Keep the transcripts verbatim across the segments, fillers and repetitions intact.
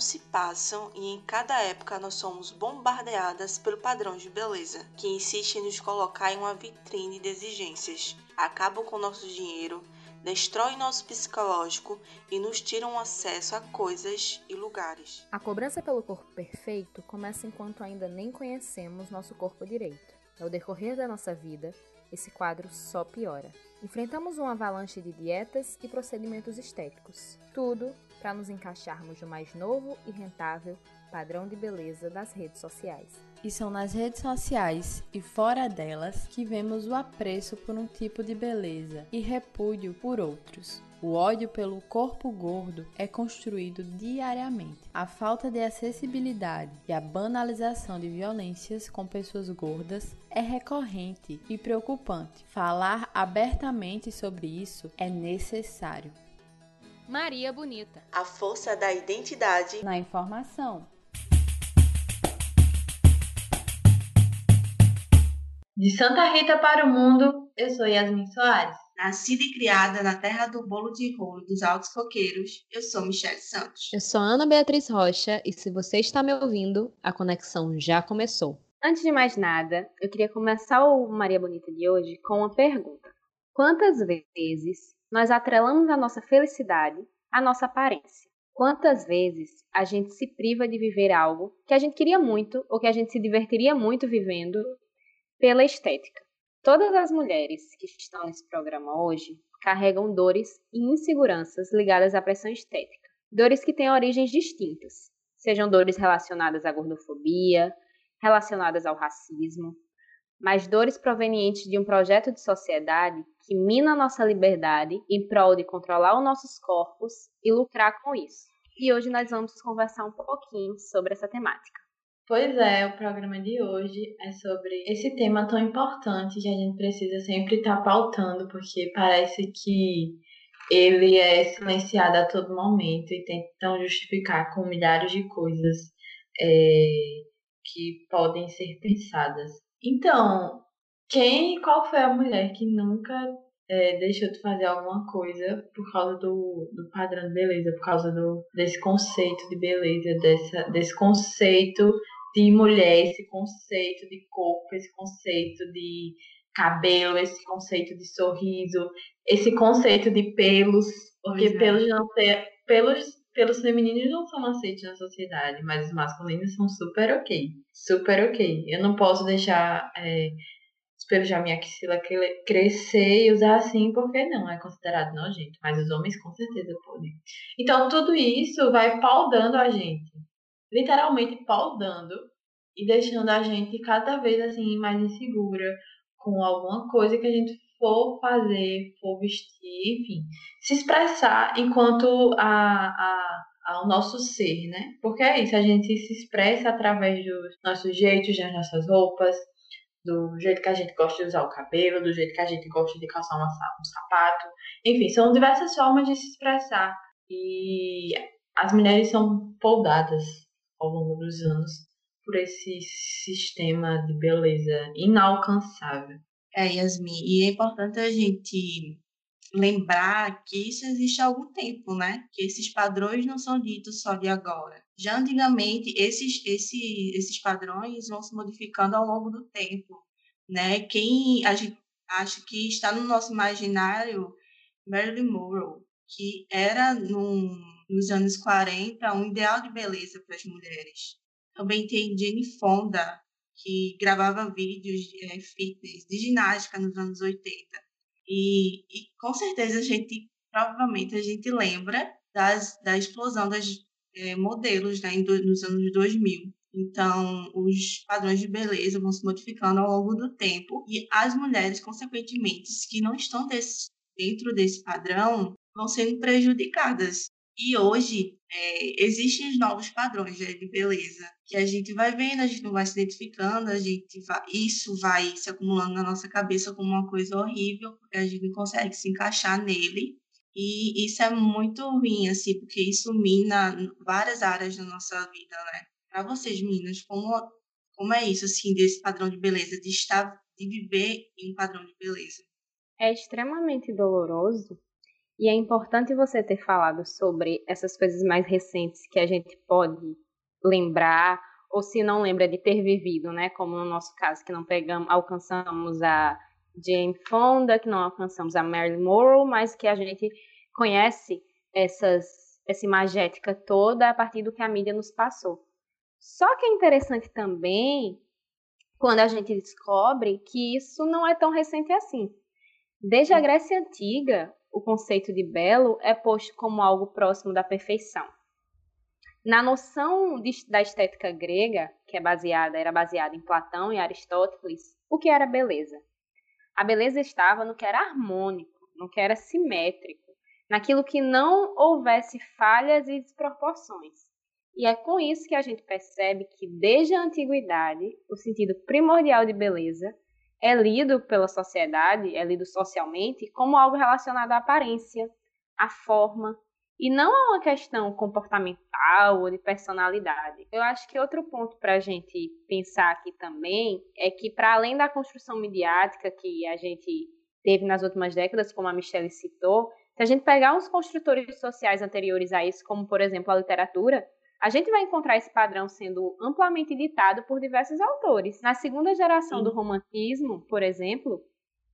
se passam e em cada época nós somos bombardeadas pelo padrão de beleza, que insiste em nos colocar em uma vitrine de exigências, acabam com nosso dinheiro, destrói nosso psicológico e nos tiram acesso a coisas e lugares. A cobrança pelo corpo perfeito começa enquanto ainda nem conhecemos nosso corpo direito. Ao decorrer da nossa vida, esse quadro só piora. Enfrentamos uma avalanche de dietas e procedimentos estéticos. Tudo para nos encaixarmos no mais novo e rentável padrão de beleza das redes sociais. E são nas redes sociais e fora delas que vemos o apreço por um tipo de beleza e repúdio por outros. O ódio pelo corpo gordo é construído diariamente. A falta de acessibilidade e a banalização de violências com pessoas gordas é recorrente e preocupante. Falar abertamente sobre isso é necessário. Maria Bonita. A força da identidade na informação. De Santa Rita para o mundo, eu sou Yasmin Soares. Nascida e criada na terra do bolo de rolo dos Altos Coqueiros, eu sou Michele Santos. Eu sou Ana Beatriz Rocha e se você está me ouvindo, a conexão já começou. Antes de mais nada, eu queria começar o Maria Bonita de hoje com uma pergunta. Quantas vezes nós atrelamos a nossa felicidade à nossa aparência? Quantas vezes a gente se priva de viver algo que a gente queria muito ou que a gente se divertiria muito vivendo pela estética? Todas as mulheres que estão nesse programa hoje carregam dores e inseguranças ligadas à pressão estética. Dores que têm origens distintas, sejam dores relacionadas à gordofobia, relacionadas ao racismo, mas dores provenientes de um projeto de sociedade que mina a nossa liberdade em prol de controlar os nossos corpos e lucrar com isso. E hoje nós vamos conversar um pouquinho sobre essa temática. Pois é, o programa de hoje é sobre esse tema tão importante que a gente precisa sempre estar pautando, porque parece que ele é silenciado a todo momento e tentam justificar com milhares de coisas é, que podem ser pensadas. Então, quem, qual foi a mulher que nunca é, deixou de fazer alguma coisa por causa do, do padrão de beleza, por causa do, desse conceito de beleza, dessa, desse conceito de mulher, esse conceito de corpo, esse conceito de cabelo, esse conceito de sorriso, esse conceito de pelos, porque é. pelos, não ter, pelos, pelos femininos não são aceitos na sociedade, mas os masculinos são super ok, super ok. Eu não posso deixar é, espejar minha axila crescer e usar assim, porque não é considerado nojento, mas os homens com certeza podem. Então tudo isso vai paudando a gente. Literalmente paudando e deixando a gente cada vez assim mais insegura com alguma coisa que a gente for fazer, for vestir, enfim, se expressar enquanto a, a, ao nosso ser, né? Porque é isso, a gente se expressa através dos nossos jeitos, das nossas roupas, do jeito que a gente gosta de usar o cabelo, do jeito que a gente gosta de calçar uma, um sapato, enfim, são diversas formas de se expressar e as mulheres são poldadas ao longo dos anos por esse sistema de beleza inalcançável. É, Yasmin, e é importante a gente lembrar que isso existe há algum tempo, né? Que esses padrões não são ditos só de agora. Já antigamente, esses, esses, esses padrões vão se modificando ao longo do tempo, né? Quem a gente acha que está no nosso imaginário, Marilyn Monroe, que era num, nos anos quarenta um ideal de beleza para as mulheres. Também tem Jane Fonda, que gravava vídeos de é, fitness, de ginástica nos anos oitenta. E, e com certeza a gente, provavelmente a gente lembra das, da explosão das é, modelos, né, em do, nos anos dois mil. Então, os padrões de beleza vão se modificando ao longo do tempo e as mulheres, consequentemente, que não estão desse, dentro desse padrão, vão sendo prejudicadas. E hoje, é, existem os novos padrões, né, de beleza, que a gente vai vendo, a gente não vai se identificando, a gente vai, isso vai se acumulando na nossa cabeça como uma coisa horrível, porque a gente não consegue se encaixar nele. E isso é muito ruim, assim, porque isso mina várias áreas da nossa vida, né? Para vocês, meninas, como, como é isso, assim, desse padrão de beleza, de estar, de viver em um padrão de beleza? É extremamente doloroso. E é importante você ter falado sobre essas coisas mais recentes que a gente pode lembrar, ou se não lembra de ter vivido, né? Como no nosso caso, que não pegamos, alcançamos a Jane Fonda, que não alcançamos a Marilyn Monroe, mas que a gente conhece essas, essa imagética toda a partir do que a mídia nos passou. Só que é interessante também quando a gente descobre que isso não é tão recente assim. Desde a Grécia Antiga, o conceito de belo é posto como algo próximo da perfeição. Na noção de, da estética grega, que é baseada, era baseada em Platão e Aristóteles, o que era beleza? A beleza estava no que era harmônico, no que era simétrico, naquilo que não houvesse falhas e desproporções. E é com isso que a gente percebe que, desde a antiguidade, o sentido primordial de beleza é lido pela sociedade, é lido socialmente, como algo relacionado à aparência, à forma, e não a uma questão comportamental ou de personalidade. Eu acho que outro ponto para a gente pensar aqui também é que, para além da construção midiática que a gente teve nas últimas décadas, como a Michelle citou, se a gente pegar uns construtores sociais anteriores a isso, como, por exemplo, a literatura, a gente vai encontrar esse padrão sendo amplamente ditado por diversos autores. Na segunda geração Sim. do romantismo, por exemplo,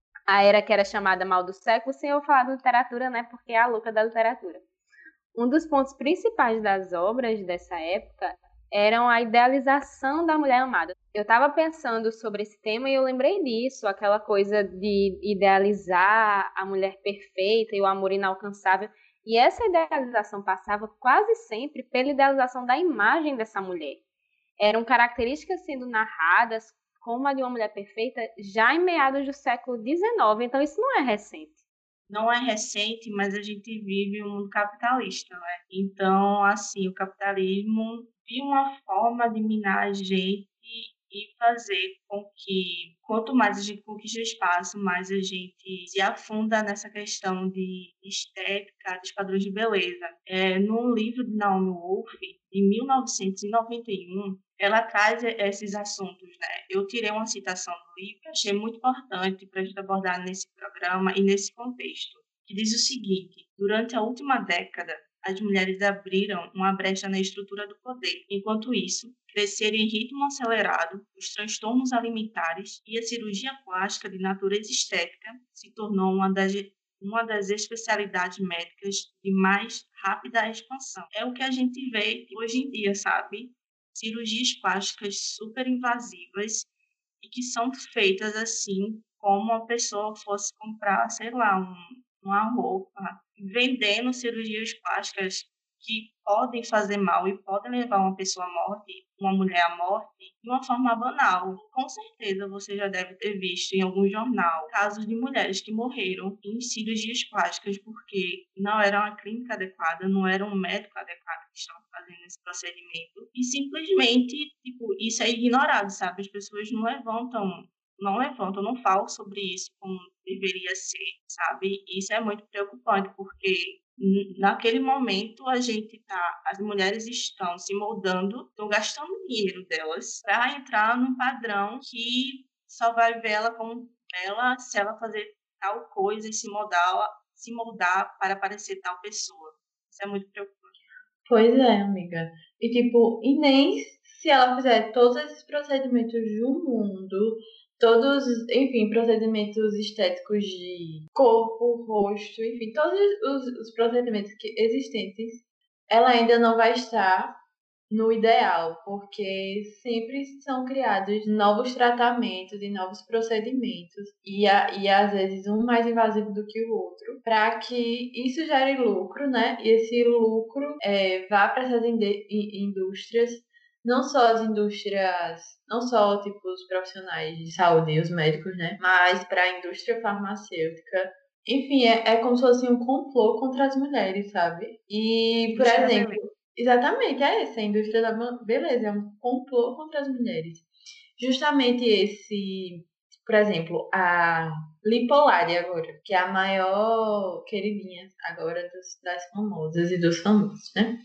a era que era chamada mal do século, sem eu falar de literatura, né, porque é a louca da literatura. Um dos pontos principais das obras dessa época eram a idealização da mulher amada. Eu estava pensando sobre esse tema e eu lembrei disso, aquela coisa de idealizar a mulher perfeita e o amor inalcançável. E essa idealização passava quase sempre pela idealização da imagem dessa mulher. Eram características sendo narradas como a de uma mulher perfeita já em meados do século dezenove, então isso não é recente. Não é recente, mas a gente vive um mundo capitalista, né? Então, assim, o capitalismo viu uma forma de minar a gente e fazer com que, quanto mais a gente conquista espaço, mais a gente se afunda nessa questão de estética, dos padrões de beleza. É, no livro de Naomi Wolf, de mil novecentos e noventa e um, ela traz esses assuntos, né? Eu tirei uma citação do livro que achei muito importante para a gente abordar nesse programa e nesse contexto, que diz o seguinte: durante a última década, as mulheres abriram uma brecha na estrutura do poder. Enquanto isso, cresceram em ritmo acelerado os transtornos alimentares e a cirurgia plástica de natureza estética se tornou uma das, uma das especialidades médicas de mais rápida expansão. É o que a gente vê hoje em dia, sabe? Cirurgias plásticas super invasivas e que são feitas assim como a pessoa fosse comprar, sei lá, um, uma roupa, vendendo cirurgias plásticas que podem fazer mal e podem levar uma pessoa à morte, uma mulher à morte, de uma forma banal. Com certeza você já deve ter visto em algum jornal casos de mulheres que morreram em cirurgias plásticas porque não era uma clínica adequada, não era um médico adequado que estava fazendo esse procedimento. E simplesmente, tipo, isso é ignorado, sabe? As pessoas não levantam não levantam, não falam sobre isso como deveria ser, sabe? Isso é muito preocupante, porque naquele momento a gente tá, as mulheres estão se moldando, estão gastando o dinheiro delas para entrar num padrão que só vai ver ela como ela se ela fazer tal coisa e se moldar, se moldar para parecer tal pessoa. Isso é muito preocupante. Pois é, amiga. E tipo, e nem se ela fizer todos esses procedimentos do mundo, todos, enfim, procedimentos estéticos de corpo, rosto, enfim, todos os, os procedimentos que, existentes, ela ainda não vai estar no ideal, porque sempre são criados novos tratamentos e novos procedimentos, e, a, e às vezes um mais invasivo do que o outro, para que isso gere lucro, né? E esse lucro é, vá para essas indústrias, não só as indústrias, não só tipo os profissionais de saúde e os médicos, né? Mas para a indústria farmacêutica. Enfim, é, é como se fosse um complô contra as mulheres, sabe? E, por Isso é exemplo, beleza. exatamente, é essa, a indústria da beleza, é um complô contra as mulheres. Justamente esse, por exemplo, a Lipolari agora, que é a maior queridinha agora dos, das famosas e dos famosos, né?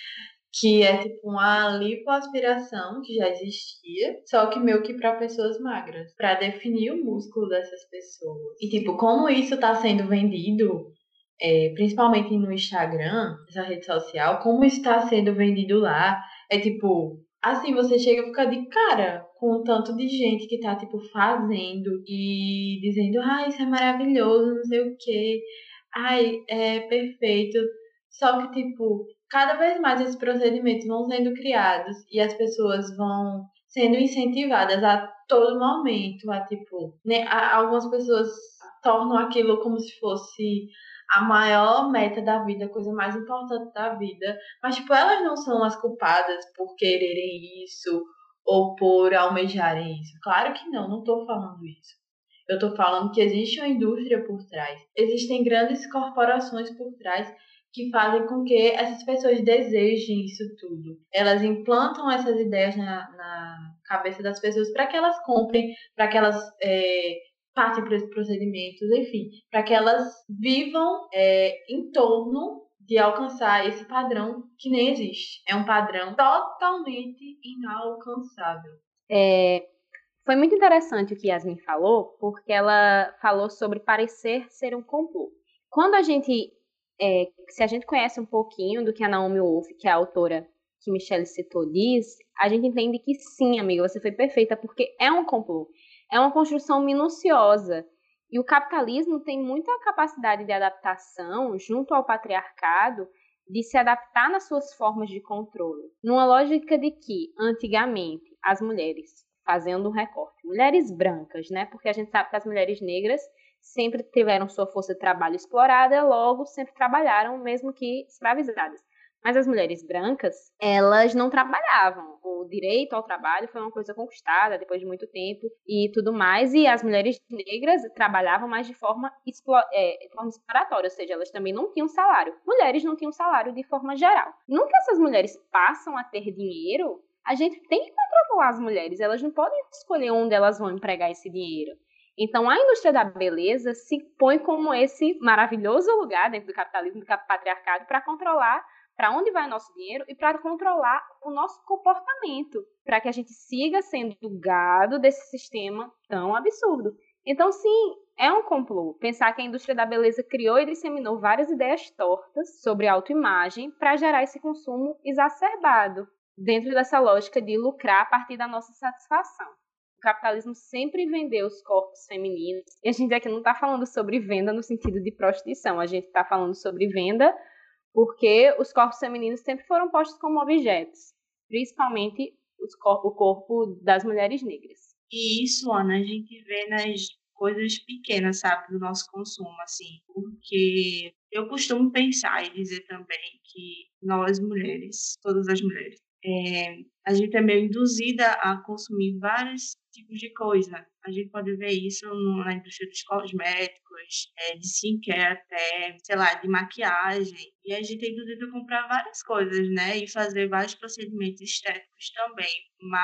Que é tipo uma lipoaspiração que já existia, só que meio que para pessoas magras, para definir o músculo dessas pessoas. E tipo, como isso tá sendo vendido é, principalmente no Instagram, essa rede social, como está sendo vendido lá, é tipo, assim, você chega a ficar de cara com o tanto de gente que tá, tipo, fazendo e dizendo, ai, isso é maravilhoso, não sei o quê, ai, é perfeito. Só que, tipo, cada vez mais esses procedimentos vão sendo criados e as pessoas vão sendo incentivadas a todo momento, a, tipo, né, a- algumas pessoas tornam aquilo como se fosse a maior meta da vida, a coisa mais importante da vida. Mas, tipo, elas não são as culpadas por quererem isso ou por almejarem isso. Claro que não, não tô falando isso. Eu tô falando que existe uma indústria por trás. Existem grandes corporações por trás que fazem com que essas pessoas desejem isso tudo. Elas implantam essas ideias na, na cabeça das pessoas para que elas comprem, para que elas é, passem por esses procedimentos, enfim, para que elas vivam é, em torno de alcançar esse padrão que nem existe. É um padrão totalmente inalcançável. É, foi muito interessante o que Yasmin falou, porque ela falou sobre parecer ser um complô. Quando a gente, é, se a gente conhece um pouquinho do que a Naomi Wolf, que é a autora que Michelle citou, diz, a gente entende que sim, amiga, você foi perfeita, porque é um complô. É uma construção minuciosa. E o capitalismo tem muita capacidade de adaptação junto ao patriarcado, de se adaptar nas suas formas de controle. Numa lógica de que, antigamente, as mulheres, fazendo um recorte, mulheres brancas, né? Porque a gente sabe que as mulheres negras sempre tiveram sua força de trabalho explorada, logo sempre trabalharam, mesmo que escravizadas. Mas as mulheres brancas, elas não trabalhavam. O direito ao trabalho foi uma coisa conquistada depois de muito tempo e tudo mais. E as mulheres negras trabalhavam mais de forma, explo é, de forma exploratória, ou seja, elas também não tinham salário. Mulheres não tinham salário de forma geral. Nunca essas mulheres passam a ter dinheiro, a gente tem que controlar as mulheres. Elas não podem escolher onde elas vão empregar esse dinheiro. Então, a indústria da beleza se põe como esse maravilhoso lugar dentro do capitalismo, do patriarcado, para controlar para onde vai o nosso dinheiro e para controlar o nosso comportamento, para que a gente siga sendo gado desse sistema tão absurdo. Então, sim, é um complô pensar que a indústria da beleza criou e disseminou várias ideias tortas sobre autoimagem para gerar esse consumo exacerbado, dentro dessa lógica de lucrar a partir da nossa satisfação. O capitalismo sempre vendeu os corpos femininos, e a gente aqui não está falando sobre venda no sentido de prostituição, a gente está falando sobre venda porque os corpos femininos sempre foram postos como objetos, principalmente os cor- o corpo das mulheres negras. E isso, Ana, a gente vê nas coisas pequenas, sabe, do nosso consumo, assim, porque eu costumo pensar e dizer também que nós mulheres, todas as mulheres, é, a gente é meio induzida a consumir vários tipos de coisa. A gente pode ver isso no- na indústria dos cosméticos, é, de skincare até, sei lá, de maquiagem. E a gente é induzida a comprar várias coisas, né? E fazer vários procedimentos estéticos também.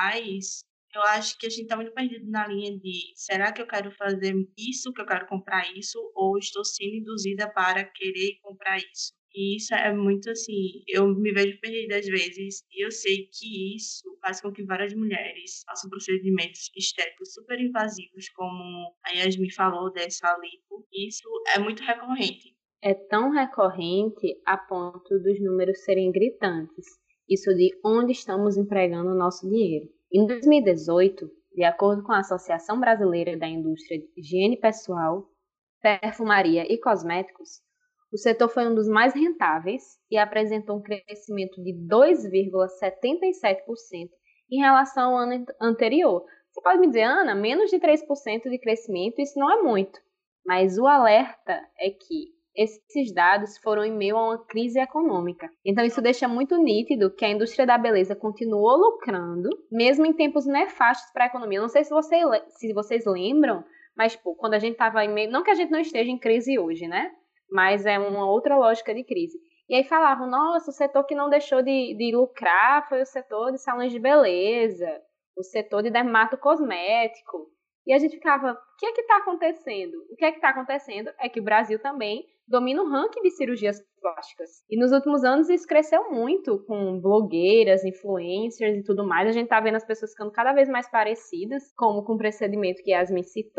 Mas eu acho que a gente está muito perdido na linha de será que eu quero fazer isso, que eu quero comprar isso, ou estou sendo induzida para querer comprar isso? E isso é muito assim, eu me vejo perdida às vezes, e eu sei que isso faz com que várias mulheres façam procedimentos estéticos super invasivos, como a Yasmin falou dessa lipo. Isso é muito recorrente. É tão recorrente a ponto dos números serem gritantes. Isso de onde estamos empregando o nosso dinheiro. Em dois mil e dezoito, de acordo com a Associação Brasileira da Indústria de Higiene Pessoal, Perfumaria e Cosméticos, o setor foi um dos mais rentáveis e apresentou um crescimento de dois vírgula setenta e sete por cento em relação ao ano anterior. Você pode me dizer, Ana, menos de três por cento de crescimento, isso não é muito. Mas o alerta é que esses dados foram em meio a uma crise econômica. Então isso deixa muito nítido que a indústria da beleza continuou lucrando, mesmo em tempos nefastos para a economia. Não sei se, você, se vocês lembram, mas pô, quando a gente estava em meio... Não que a gente não esteja em crise hoje, né? Mas é uma outra lógica de crise. E aí falavam, nossa, o setor que não deixou de, de lucrar foi o setor de salões de beleza, o setor de dermatocosmético. E a gente ficava, o que é que está acontecendo? O que é que está acontecendo é que o Brasil também domina o ranking de cirurgias plásticas. E nos últimos anos isso cresceu muito com blogueiras, influencers e tudo mais. A gente está vendo as pessoas ficando cada vez mais parecidas, como com o procedimento que Yasmin citou.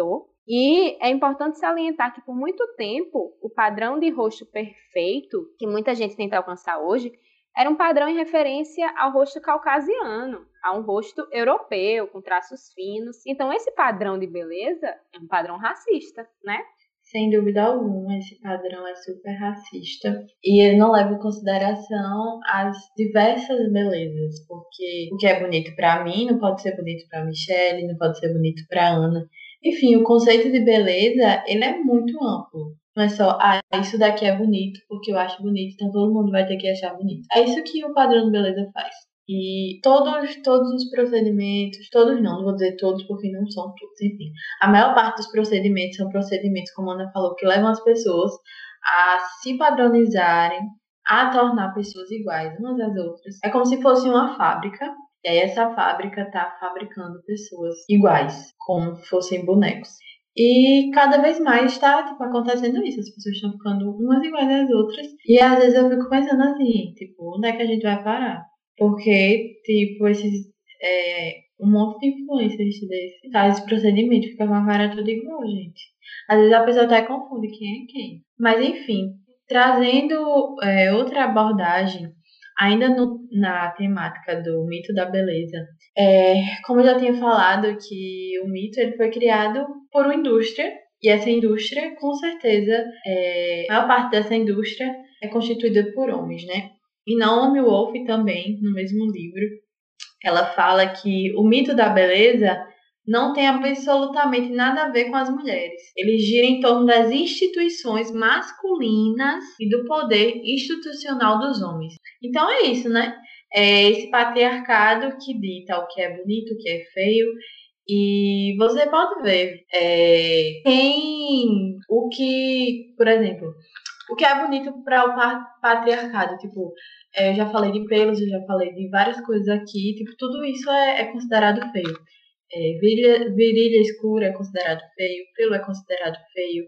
E é importante salientar que por muito tempo o padrão de rosto perfeito que muita gente tenta alcançar hoje era um padrão em referência ao rosto caucasiano, a um rosto europeu com traços finos. Então esse padrão de beleza é um padrão racista, né? Sem dúvida alguma, esse padrão é super racista e ele não leva em consideração as diversas belezas, porque o que é bonito para mim não pode ser bonito para Michelle, não pode ser bonito para Ana. Enfim, o conceito de beleza, ele é muito amplo. Não é só, ah, isso daqui é bonito porque eu acho bonito, então todo mundo vai ter que achar bonito. É isso que o padrão de beleza faz. E todos, todos os procedimentos, todos não, não vou dizer todos porque não são todos, enfim. A maior parte dos procedimentos são procedimentos, como a Ana falou, que levam as pessoas a se padronizarem, a tornar pessoas iguais umas às outras. É como se fosse uma fábrica, e aí essa fábrica está fabricando pessoas iguais, como se fossem bonecos. E cada vez mais está tipo, acontecendo isso, as pessoas estão ficando umas iguais às outras. E às vezes eu fico pensando assim, tipo, onde é que a gente vai parar? Porque, tipo, esses, é, um monte de influencers desse faz esse procedimento, fica com a cara toda igual, gente. Às vezes a pessoa até confunde quem é quem. Mas, enfim, trazendo é, outra abordagem, ainda no, na temática do mito da beleza, é, como eu já tinha falado, que o mito ele foi criado por uma indústria, e essa indústria, com certeza, é, a maior parte dessa indústria é constituída por homens, né? E Naomi Wolf também, no mesmo livro, ela fala que o mito da beleza não tem absolutamente nada a ver com as mulheres. Ele gira em torno das instituições masculinas e do poder institucional dos homens. Então é isso, né? É esse patriarcado que dita o que é bonito, o que é feio. E você pode ver, é, tem o que, por exemplo, o que é bonito para o patriarcado, tipo, é, eu já falei de pelos, eu já falei de várias coisas aqui, tipo, tudo isso é, é considerado feio. É, virilha, virilha escura é considerado feio, pelo é considerado feio,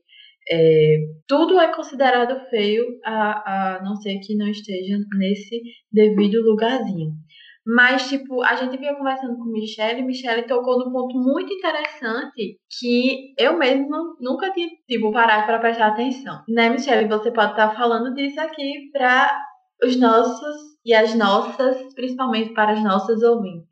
é, tudo é considerado feio, a, a não ser que não esteja nesse devido lugarzinho. Mas, tipo, a gente vinha conversando com Michelle e Michelle tocou num ponto muito interessante que eu mesmo nunca tinha, tipo, parado para prestar atenção. Né, Michelle? Você pode estar falando disso aqui para os nossos e as nossas, principalmente para as nossas ouvintes.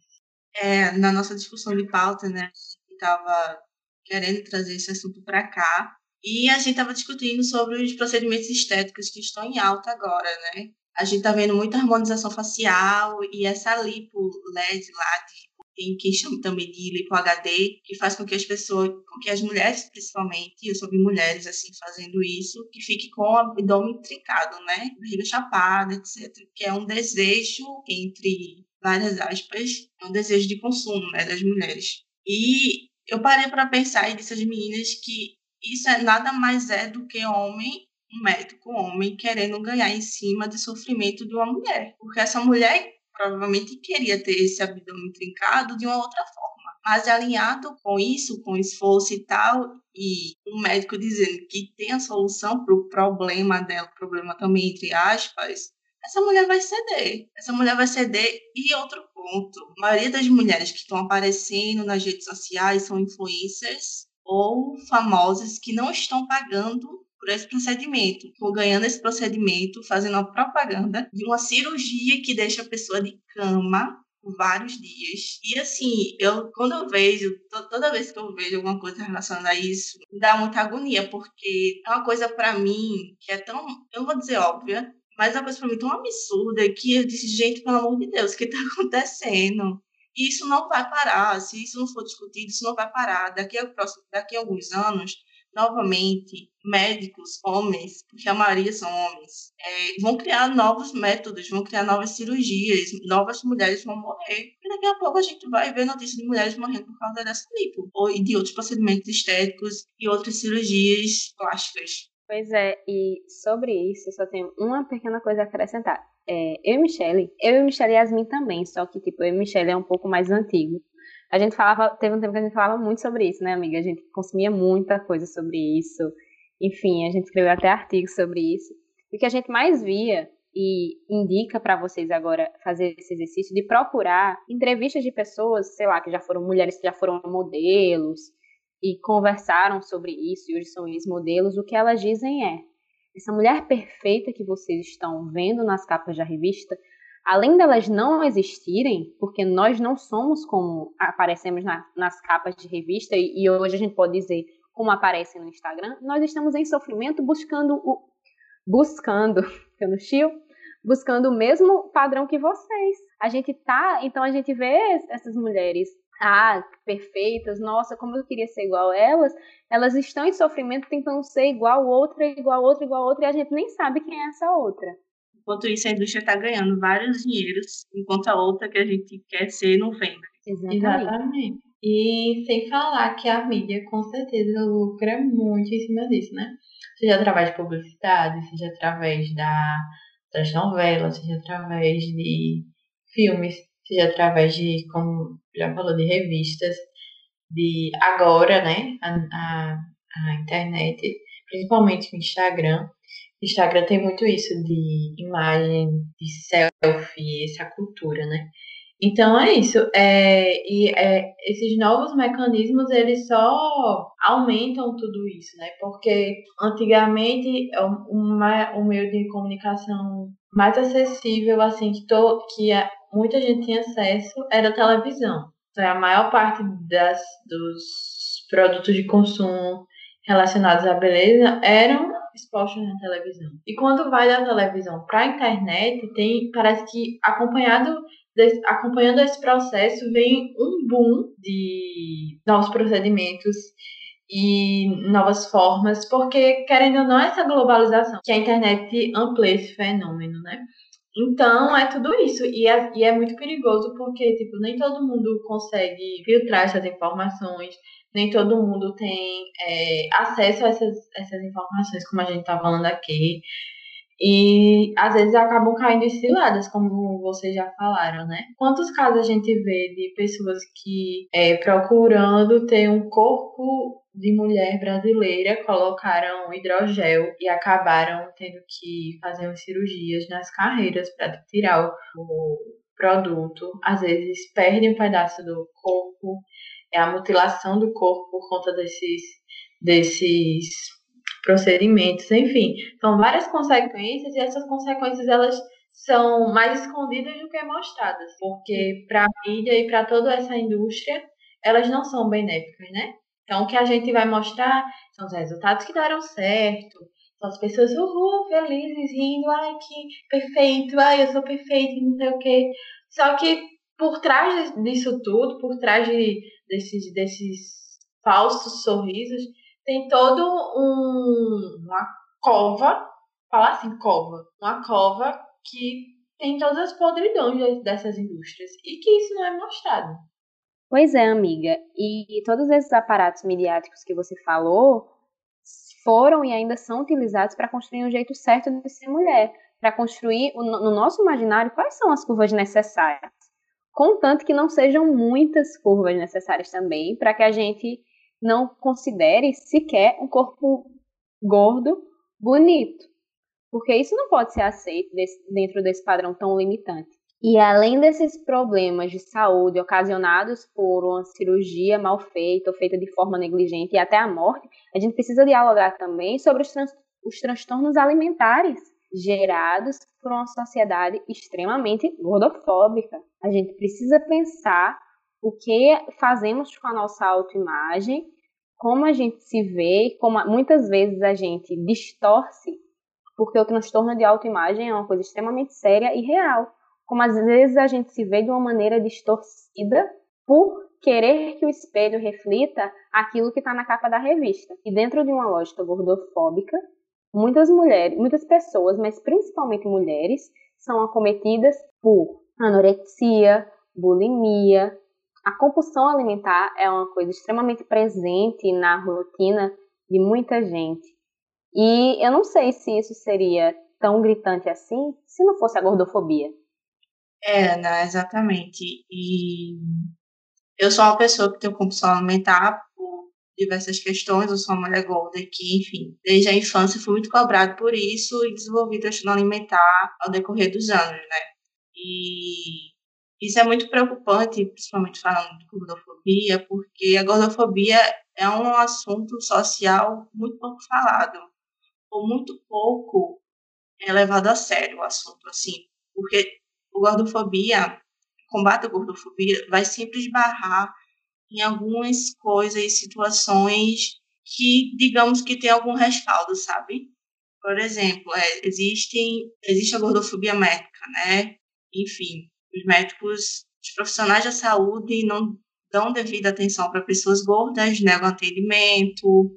É, na nossa discussão de pauta, né, a gente estava querendo trazer esse assunto para cá e a gente estava discutindo sobre os procedimentos estéticos que estão em alta agora, né? A gente está vendo muita harmonização facial e essa lipo L E D lá, de, que chama também de lipo H D, que faz com que as pessoas, com que as mulheres principalmente, eu só vi mulheres assim fazendo isso, que fique com o abdômen trincado, né? Barriga chapada, etcétera. Que é um desejo, entre várias aspas, é um desejo de consumo, né, das mulheres. E eu parei para pensar e disse às meninas que isso é nada mais é do que homem um médico homem querendo ganhar em cima do sofrimento de uma mulher. Porque essa mulher provavelmente queria ter esse abdômen trincado de uma outra forma. Mas alinhado com isso, com esforço e tal, e um médico dizendo que tem a solução para o problema dela, problema também entre aspas, essa mulher vai ceder. Essa mulher vai ceder. E outro ponto, a maioria das mulheres que estão aparecendo nas redes sociais são influencers ou famosas que não estão pagando por esse procedimento, estão ganhando esse procedimento, fazendo uma propaganda de uma cirurgia que deixa a pessoa de cama por vários dias. E assim, eu quando eu vejo, toda vez que eu vejo alguma coisa relacionada a isso, me dá muita agonia, porque é uma coisa para mim que é tão, eu não vou dizer óbvia, mas é uma coisa para mim tão absurda que eu disse, gente, pelo amor de Deus, o que está acontecendo? E isso não vai parar, se isso não for discutido, isso não vai parar. Daqui a, próximo, daqui a alguns anos, novamente, médicos, homens, porque a maioria são homens, é, vão criar novos métodos, vão criar novas cirurgias, novas mulheres vão morrer. E daqui a pouco a gente vai ver notícias de mulheres morrendo por causa dessa lipo, ou de outros procedimentos estéticos e outras cirurgias plásticas. Pois é, e sobre isso eu só tenho uma pequena coisa a acrescentar. É, eu e Michelle, eu e Michelle e Yasmin também, só que tipo, eu e Michelle é um pouco mais antigo. A gente falava, teve um tempo que a gente falava muito sobre isso, né, amiga? A gente consumia muita coisa sobre isso. Enfim, a gente escreveu até artigos sobre isso. E o que a gente mais via e indica para vocês agora fazer esse exercício de procurar entrevistas de pessoas, sei lá, que já foram mulheres que já foram modelos, e conversaram sobre isso, e hoje são ex-modelos, o que elas dizem é: essa mulher perfeita que vocês estão vendo nas capas da revista, além delas não existirem, porque nós não somos como aparecemos na, nas capas de revista, e, e hoje a gente pode dizer como aparece no Instagram, nós estamos em sofrimento buscando o buscando, eu no Chio, buscando o mesmo padrão que vocês. A gente tá, então a gente vê essas mulheres, ah, perfeitas, nossa, como eu queria ser igual a elas, elas estão em sofrimento tentando ser igual outra, igual outra, igual outra, e a gente nem sabe quem é essa outra. Enquanto isso, a indústria está ganhando vários dinheiros, enquanto a outra que a gente quer ser não vende. Exatamente. Exatamente. E sem falar que a mídia, com certeza, lucra muito em cima disso, né? Seja através de publicidade, seja através da, das novelas, seja através de filmes, seja através de, como já falou, de revistas, de agora, né? A, a, a internet, principalmente o Instagram. O Instagram tem muito isso de imagem, de selfie, essa cultura, né? Então é isso. É, e é, esses novos mecanismos, eles só aumentam tudo isso, né? Porque antigamente uma, o meio de comunicação mais acessível, assim, que, to, que a, muita gente tinha acesso, era a televisão. Então, a maior parte das, dos produtos de consumo relacionados à beleza eram expostos na televisão. E quando vai da televisão para a internet, tem, parece que acompanhado desse, acompanhando esse processo vem um boom de novos procedimentos e novas formas, porque querendo ou não essa globalização, que a internet amplia esse fenômeno, né? Então, é tudo isso. E é, e é muito perigoso porque, tipo, nem todo mundo consegue filtrar essas informações, nem todo mundo tem é, acesso a essas, essas informações, como a gente tá falando aqui. E, às vezes, acabam caindo em ciladas, como vocês já falaram, né? Quantos casos a gente vê de pessoas que, é, procurando ter um corpo de mulher brasileira, colocaram hidrogel e acabaram tendo que fazer umas cirurgias nas carreiras para tirar o, o produto. Às vezes perdem um pedaço do corpo, é a mutilação do corpo por conta desses, desses procedimentos, enfim. São várias consequências e essas consequências elas são mais escondidas do que mostradas, porque para a mídia e para toda essa indústria elas não são benéficas, né? Então, o que a gente vai mostrar são os resultados que deram certo, são as pessoas, uhul, felizes, rindo, ai, que perfeito, ai, eu sou perfeita, não sei o quê. Só que por trás disso tudo, por trás de, desses, desses falsos sorrisos, tem todo um, uma cova, falar assim, cova, uma cova que tem todas as podridões dessas indústrias e que isso não é mostrado. Pois é, amiga, e todos esses aparatos midiáticos que você falou foram e ainda são utilizados para construir um jeito certo de ser mulher, para construir no nosso imaginário quais são as curvas necessárias, contanto que não sejam muitas curvas necessárias também, para que a gente não considere sequer um corpo gordo bonito, porque isso não pode ser aceito desse, dentro desse padrão tão limitante. E além desses problemas de saúde ocasionados por uma cirurgia mal feita ou feita de forma negligente e até a morte, a gente precisa dialogar também sobre os, trans, os transtornos alimentares gerados por uma sociedade extremamente gordofóbica. A gente precisa pensar o que fazemos com a nossa autoimagem, como a gente se vê, como muitas vezes a gente distorce, porque o transtorno de autoimagem é uma coisa extremamente séria e real. Como às vezes a gente se vê de uma maneira distorcida por querer que o espelho reflita aquilo que está na capa da revista. E dentro de uma lógica gordofóbica, muitas mulheres, muitas pessoas, mas principalmente mulheres, são acometidas por anorexia, bulimia. A compulsão alimentar é uma coisa extremamente presente na rotina de muita gente. E eu não sei se isso seria tão gritante assim se não fosse a gordofobia. É, não, exatamente. E eu sou uma pessoa que tem compulsão alimentar por diversas questões. Eu sou uma mulher gorda que, enfim, desde a infância fui muito cobrada por isso e desenvolvi transtorno alimentar ao decorrer dos anos, né? E Isso é muito preocupante, principalmente falando de gordofobia, porque a gordofobia é um assunto social muito pouco falado, ou muito pouco é levado a sério o assunto, assim, porque a gordofobia, o combate à gordofobia vai sempre esbarrar em algumas coisas e situações que, digamos que tem algum respaldo, sabe? Por exemplo, é, existem, existe a gordofobia médica, né? Enfim, os médicos, os profissionais da saúde não dão devida atenção para pessoas gordas, negam atendimento,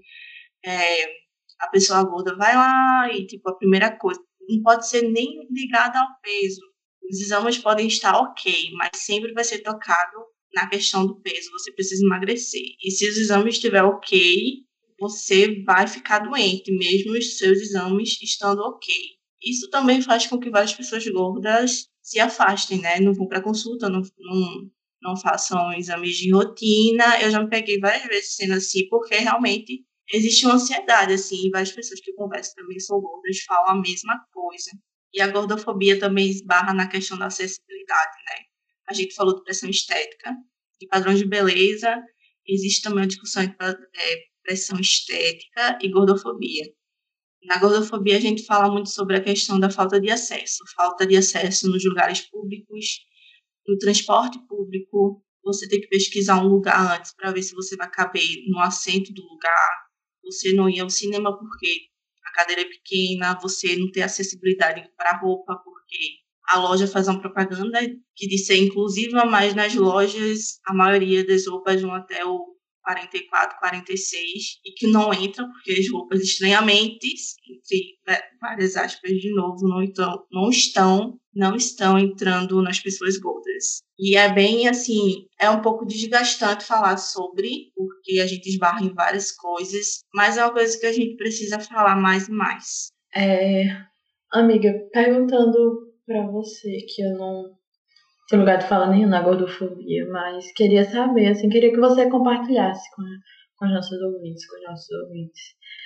é, a pessoa gorda vai lá e, tipo, a primeira coisa, não pode ser nem ligada ao peso. Os exames podem estar ok, mas sempre vai ser tocado na questão do peso. Você precisa emagrecer. E se os exames estiver ok, você vai ficar doente, mesmo os seus exames estando ok. Isso também faz com que várias pessoas gordas se afastem, né? Não vão para consulta, não, não, não façam exames de rotina. Eu já me peguei várias vezes sendo assim, porque realmente existe uma ansiedade, assim, e várias pessoas que eu converso também são gordas falam a mesma coisa. E a gordofobia também esbarra na questão da acessibilidade, né? A gente falou de pressão estética e padrões de beleza. Existe também uma discussão entre é, pressão estética e gordofobia. Na gordofobia, a gente fala muito sobre a questão da falta de acesso. Falta de acesso nos lugares públicos, no transporte público. Você tem que pesquisar um lugar antes para ver se você vai caber no assento do lugar. Você não ir ao cinema porque a cadeira é pequena, você não tem acessibilidade para roupa porque a loja faz uma propaganda que diz ser inclusiva, mas nas lojas a maioria das roupas vão até o quarenta e quatro, quarenta e seis e que não entram porque as roupas estranhamente, entre várias aspas de novo, não estão, não estão, não estão entrando nas pessoas gordas. E é bem assim, é um pouco desgastante falar sobre, porque a gente esbarra em várias coisas, mas é uma coisa que a gente precisa falar mais e mais. É, amiga, perguntando para você, que eu não tenho lugar de falar nenhum na gordofobia, mas queria saber, assim, queria que você compartilhasse com, com os nossos ouvintes, com os nossos ouvintes.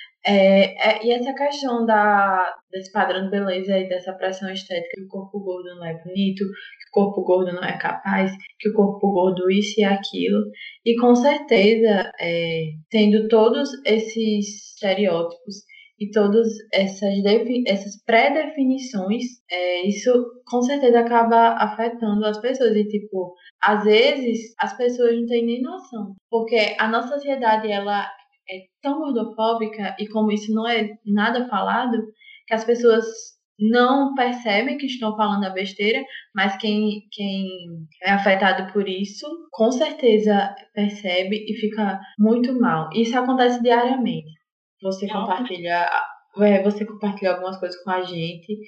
É, é, e essa questão da, desse padrão de beleza e dessa pressão estética, que o corpo gordo não é bonito, que o corpo gordo não é capaz, que o corpo gordo isso e aquilo. E com certeza, é, tendo todos esses estereótipos e todas essas, essas pré-definições, é, isso com certeza acaba afetando as pessoas. E, tipo, às vezes as pessoas não têm nem noção. Porque a nossa sociedade, ela é tão gordofóbica, e como isso não é nada falado, que as pessoas não percebem que estão falando a besteira, mas quem, quem é afetado por isso, com certeza percebe e fica muito mal. Isso acontece diariamente. Você compartilha, é, você compartilha algumas coisas com a gente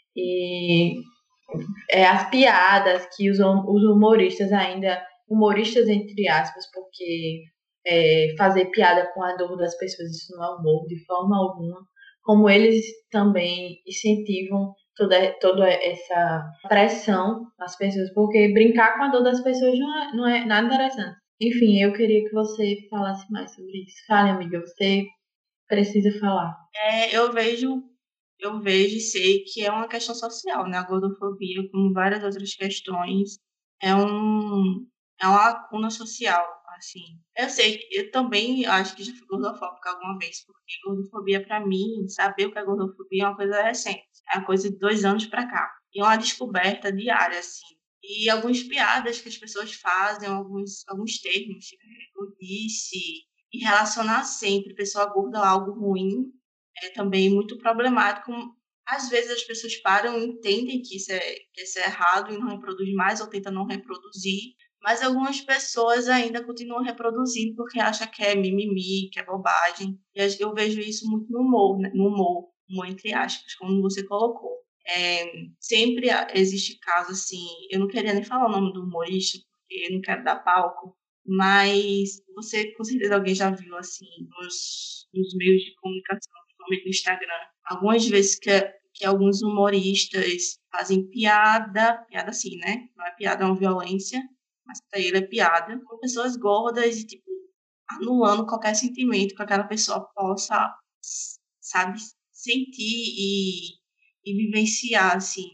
e é, as piadas que os, os humoristas ainda, humoristas entre aspas, porque é, fazer piada com a dor das pessoas, isso não é humor de forma alguma, como eles também incentivam toda, toda essa pressão nas pessoas, porque brincar com a dor das pessoas não é, não é nada interessante. Enfim, eu queria que você falasse mais sobre isso. Fale, amiga, você precisa falar. É, eu vejo, eu vejo e sei que é uma questão social, né? A gordofobia, como várias outras questões, é um é uma lacuna social, assim. Eu sei que eu também acho que já fui gordofóbica alguma vez, porque gordofobia para mim, saber o que é gordofobia é uma coisa recente, é uma coisa de dois anos para cá. E é uma descoberta diária, assim. E algumas piadas que as pessoas fazem, alguns alguns termos, eu disse e relacionar sempre pessoa gorda a algo ruim é também muito problemático. Às vezes as pessoas param e entendem que isso é, que isso é errado e não reproduz mais ou tentam não reproduzir, mas algumas pessoas ainda continuam reproduzindo porque acham que é mimimi, que é bobagem. E eu vejo isso muito no humor, né? No humor, humor entre aspas, como você colocou. É, sempre existe caso assim, eu não queria nem falar o nome do humorista, porque eu não quero dar palco, mas você, com certeza, alguém já viu, assim, nos, nos meios de comunicação, principalmente no Instagram, algumas vezes que, que alguns humoristas fazem piada, piada assim, né? Não é piada, é uma violência, mas para ele é piada, com pessoas gordas e, tipo, anulando qualquer sentimento que aquela pessoa possa, sabe, sentir e, e vivenciar, assim.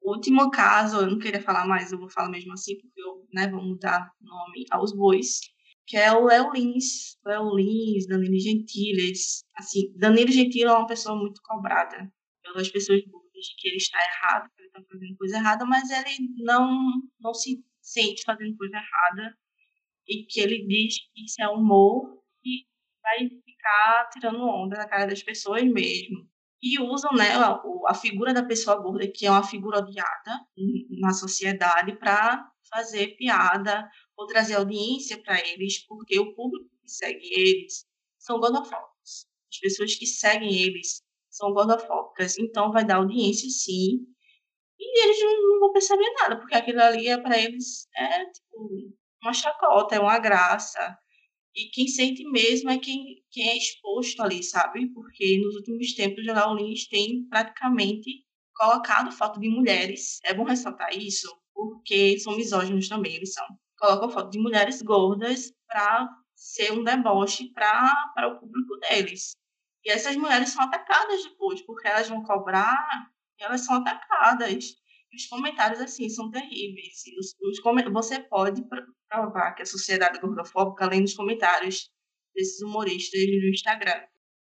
O último caso, eu não queria falar mais, eu vou falar mesmo assim, porque eu, né, vou mudar nome aos bois, que é o Léo Lins. Léo Lins, Danilo Gentili. Eles, assim, Danilo Gentili é uma pessoa muito cobrada pelas pessoas burras, que ele está errado, que ele está fazendo coisa errada, mas ele não, não se sente fazendo coisa errada e que ele diz que isso é humor e vai ficar tirando onda na cara das pessoas mesmo. E usam, né, a, a figura da pessoa gorda, que é uma figura odiada na sociedade, para fazer piada ou trazer audiência para eles, porque o público que segue eles são gordofóbicos. As pessoas que seguem eles são gordofóbicas, então vai dar audiência, sim, e eles não, não vão perceber nada, porque aquilo ali é para eles é tipo uma chacota, é uma graça. E quem sente mesmo é quem, quem é exposto ali, sabe? Porque nos últimos tempos, o Léo Lins tem praticamente colocado foto de mulheres. É bom ressaltar isso, porque são misóginos também, eles são. Colocam foto de mulheres gordas para ser um deboche para o público deles. E essas mulheres são atacadas depois, porque elas vão cobrar e elas são atacadas. E os comentários, assim, são terríveis. Os, os, você pode provar que a sociedade é gordofóbica além dos comentários desses humoristas no Instagram.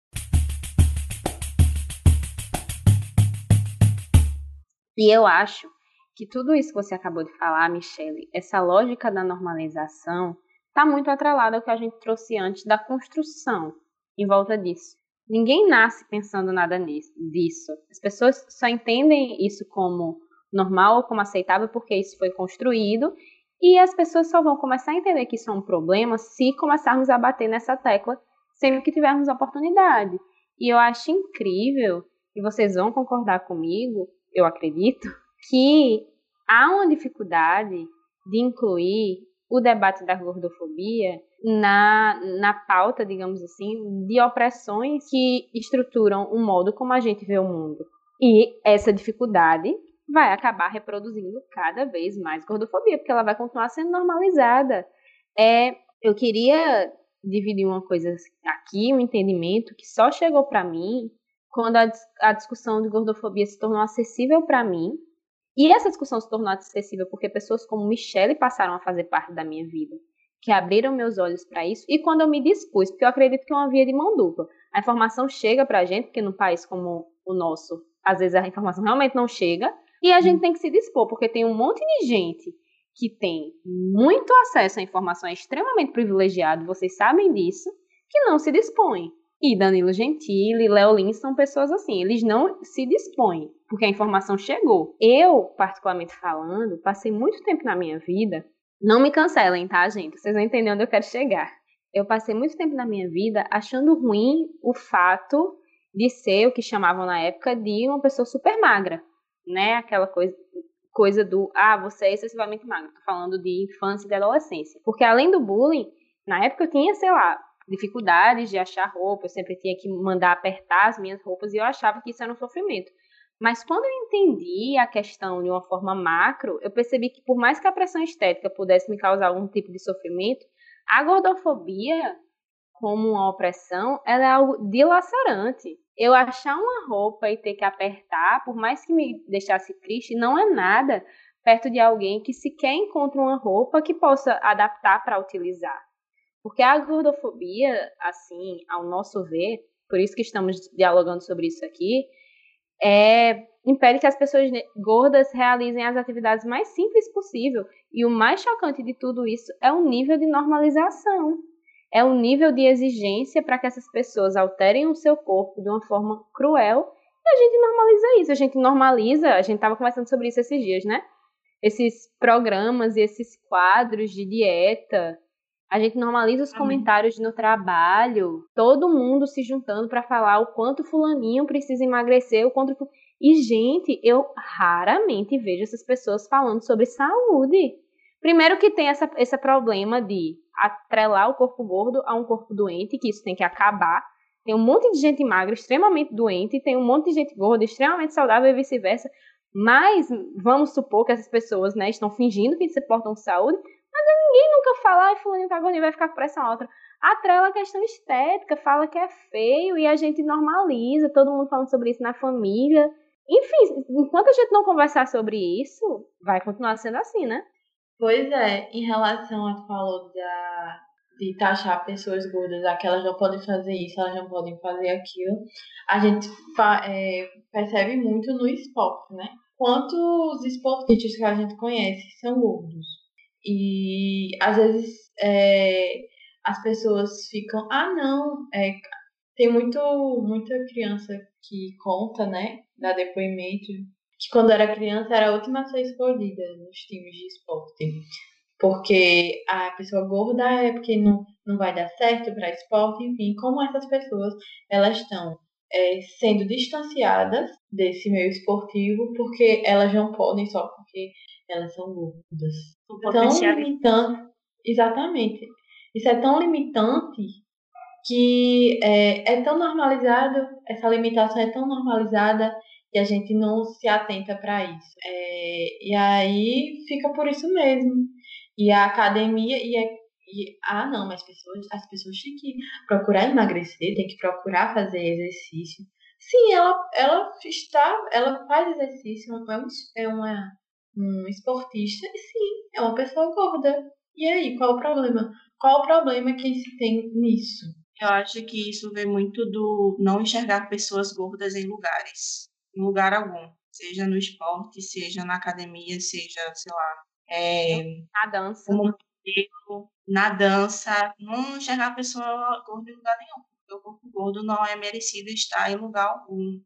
E eu acho que tudo isso que você acabou de falar, Michele, essa lógica da normalização, está muito atrelada ao que a gente trouxe antes da construção em volta disso. Ninguém nasce pensando nada nisso, disso. As pessoas só entendem isso como normal ou como aceitável porque isso foi construído, e as pessoas só vão começar a entender que isso é um problema se começarmos a bater nessa tecla sempre que tivermos oportunidade. E eu acho incrível, e vocês vão concordar comigo, eu acredito, que há uma dificuldade de incluir o debate da gordofobia na, na pauta, digamos assim, de opressões que estruturam o modo como a gente vê o mundo. E essa dificuldade vai acabar reproduzindo cada vez mais gordofobia, porque ela vai continuar sendo normalizada. É, eu queria dividir uma coisa aqui, um entendimento que só chegou para mim quando a, a discussão de gordofobia se tornou acessível para mim. E essa discussão se tornou acessível porque pessoas como Michele passaram a fazer parte da minha vida, que abriram meus olhos para isso. E quando eu me dispus, porque eu acredito que é uma via de mão dupla. A informação chega para a gente, porque num país como o nosso, às vezes a informação realmente não chega, e a gente tem que se dispor, porque tem um monte de gente que tem muito acesso à informação, é extremamente privilegiado, vocês sabem disso, que não se dispõe. E Danilo Gentili, Léo Lins são pessoas assim, eles não se dispõem, porque a informação chegou. Eu, particularmente falando, passei muito tempo na minha vida, não me cancelem, tá, gente? Vocês vão entender onde eu quero chegar. Eu passei muito tempo na minha vida achando ruim o fato de ser o que chamavam na época de uma pessoa super magra, né? Aquela coisa, coisa do, ah, você é excessivamente magra. Tô falando de infância e de adolescência. Porque além do bullying, na época eu tinha, sei lá, dificuldades de achar roupa, eu sempre tinha que mandar apertar as minhas roupas e eu achava que isso era um sofrimento. Mas quando eu entendi a questão de uma forma macro, eu percebi que por mais que a pressão estética pudesse me causar algum tipo de sofrimento, a gordofobia, como uma opressão, ela é algo dilacerante. Eu achar uma roupa e ter que apertar, por mais que me deixasse triste, não é nada perto de alguém que sequer encontra uma roupa que possa adaptar para utilizar. Porque a gordofobia, assim, ao nosso ver, por isso que estamos dialogando sobre isso aqui, é, impede que as pessoas gordas realizem as atividades mais simples possível. E o mais chocante de tudo isso é o nível de normalização. É o nível de exigência para que essas pessoas alterem o seu corpo de uma forma cruel. E a gente normaliza isso. A gente normaliza, a gente estava conversando sobre isso esses dias, né? Esses programas e esses quadros de dieta. A gente normaliza os comentários no trabalho, todo mundo se juntando para falar o quanto fulaninho precisa emagrecer, o quanto... E, gente, eu raramente vejo essas pessoas falando sobre saúde. Primeiro que tem essa, esse problema de atrelar o corpo gordo a um corpo doente, que isso tem que acabar. Tem um monte de gente magra extremamente doente, tem um monte de gente gorda extremamente saudável e vice-versa. Mas vamos supor que essas pessoas, né, estão fingindo que se portam com saúde, mas ninguém nunca fala, ai, fulaninho tá gordinho, vai ficar com pressão alta. Atrela a questão estética, fala que é feio e a gente normaliza, todo mundo falando sobre isso na família. Enfim, enquanto a gente não conversar sobre isso, vai continuar sendo assim, né? Pois é, em relação a que falou da, de taxar pessoas gordas, ah, que elas não podem fazer isso, elas não podem fazer aquilo, a gente fa- é, percebe muito no esporte, né? Quantos esportistas que a gente conhece são gordos? E às vezes é, as pessoas ficam, ah não, é, tem muito, muita criança que conta, né? Dá depoimento, que quando era criança era a última a ser escolhida nos times de esporte. Porque a pessoa gorda é porque não, não vai dar certo para esporte, enfim, como essas pessoas elas estão é, sendo distanciadas desse meio esportivo porque elas não podem só porque elas são gordas. O Tão potencial. limitante, exatamente. Isso é tão limitante que é, é tão normalizado, essa limitação é tão normalizada que a gente não se atenta para isso. É, e aí fica por isso mesmo. E a academia, e, é, e ah não, mas as pessoas, as pessoas têm que procurar emagrecer, têm que procurar fazer exercício. Sim, ela, ela está, ela faz exercício, é, um, é uma, um esportista, e sim, é uma pessoa gorda. E aí, qual o problema? Qual o problema que se tem nisso? Eu acho que isso vem muito do não enxergar pessoas gordas em lugares, em lugar algum, seja no esporte, seja na academia, seja, sei lá, é, A dança. como modelo, na dança, não enxergar a pessoa gorda em lugar nenhum, porque o corpo gordo não é merecido estar em lugar algum.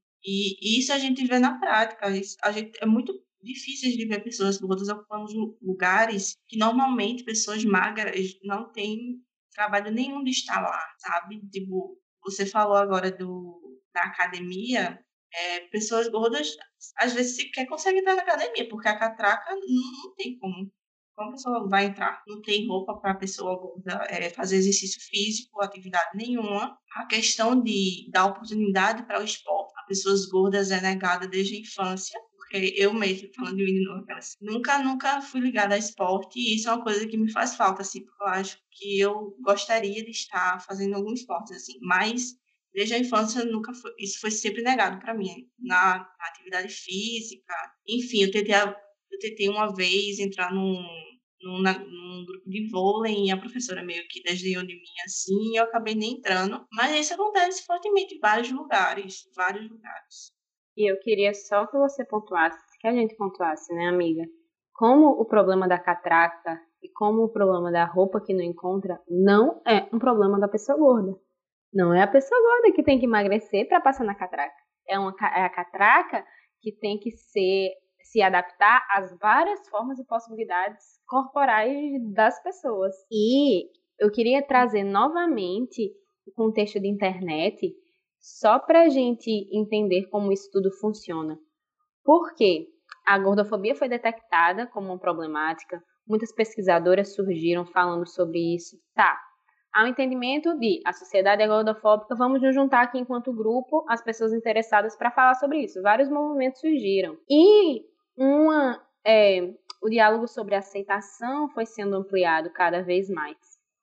E isso a gente vê na prática, isso, a gente, é muito difícil de ver pessoas gordas ocupando lugares que normalmente pessoas magras não têm trabalho nenhum de estar lá, sabe? Tipo, você falou agora do, da academia, é, pessoas gordas às vezes sequer conseguem entrar na academia, porque a catraca não, não tem como. Como a pessoa vai entrar? Não tem roupa para a pessoa gorda é, fazer exercício físico, atividade nenhuma. A questão de dar oportunidade para o esporte a pessoas gordas é negada desde a infância. Porque eu mesmo, falando de mim de novo, assim, nunca, nunca fui ligada a esporte e isso é uma coisa que me faz falta, assim, porque eu acho que eu gostaria de estar fazendo algum esporte, assim, mas desde a infância nunca foi, isso foi sempre negado para mim, na, na atividade física, enfim, eu tentei, eu tentei uma vez entrar num, num, na, num grupo de vôlei e a professora meio que desdenhou de mim, assim, e eu acabei nem entrando, mas isso acontece fortemente em vários lugares, vários lugares. E eu queria só que você pontuasse, que a gente pontuasse, né, amiga? Como o problema da catraca e como o problema da roupa que não encontra não é um problema da pessoa gorda. Não é a pessoa gorda que tem que emagrecer para passar na catraca. É, uma, é a catraca que tem que ser, se adaptar às várias formas e possibilidades corporais das pessoas. E eu queria trazer novamente o contexto de internet só para a gente entender como isso tudo funciona. Por quê? A gordofobia foi detectada como uma problemática, muitas pesquisadoras surgiram falando sobre isso. Tá, há um entendimento de a sociedade é gordofóbica, vamos nos juntar aqui enquanto grupo, as pessoas interessadas para falar sobre isso. Vários movimentos surgiram. E uma, é, o diálogo sobre aceitação foi sendo ampliado cada vez mais.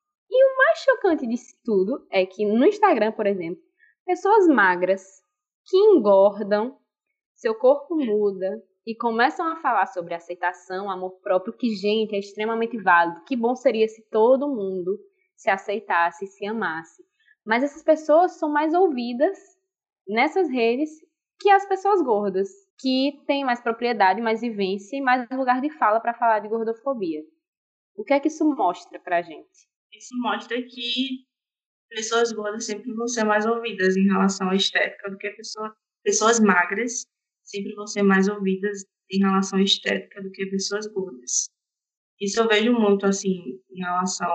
E o mais chocante disso tudo é que no Instagram, por exemplo, pessoas magras que engordam, seu corpo muda e começam a falar sobre aceitação, amor próprio, que, gente, é extremamente válido. Que bom seria se todo mundo se aceitasse, se amasse. Mas essas pessoas são mais ouvidas nessas redes que as pessoas gordas, que têm mais propriedade, mais vivência e mais lugar de fala para falar de gordofobia. O que é que isso mostra pra gente? Isso mostra que pessoas gordas sempre vão ser mais ouvidas em relação à estética do que pessoa, pessoas magras sempre vão ser mais ouvidas em relação à estética do que pessoas gordas. Isso eu vejo muito, assim, em relação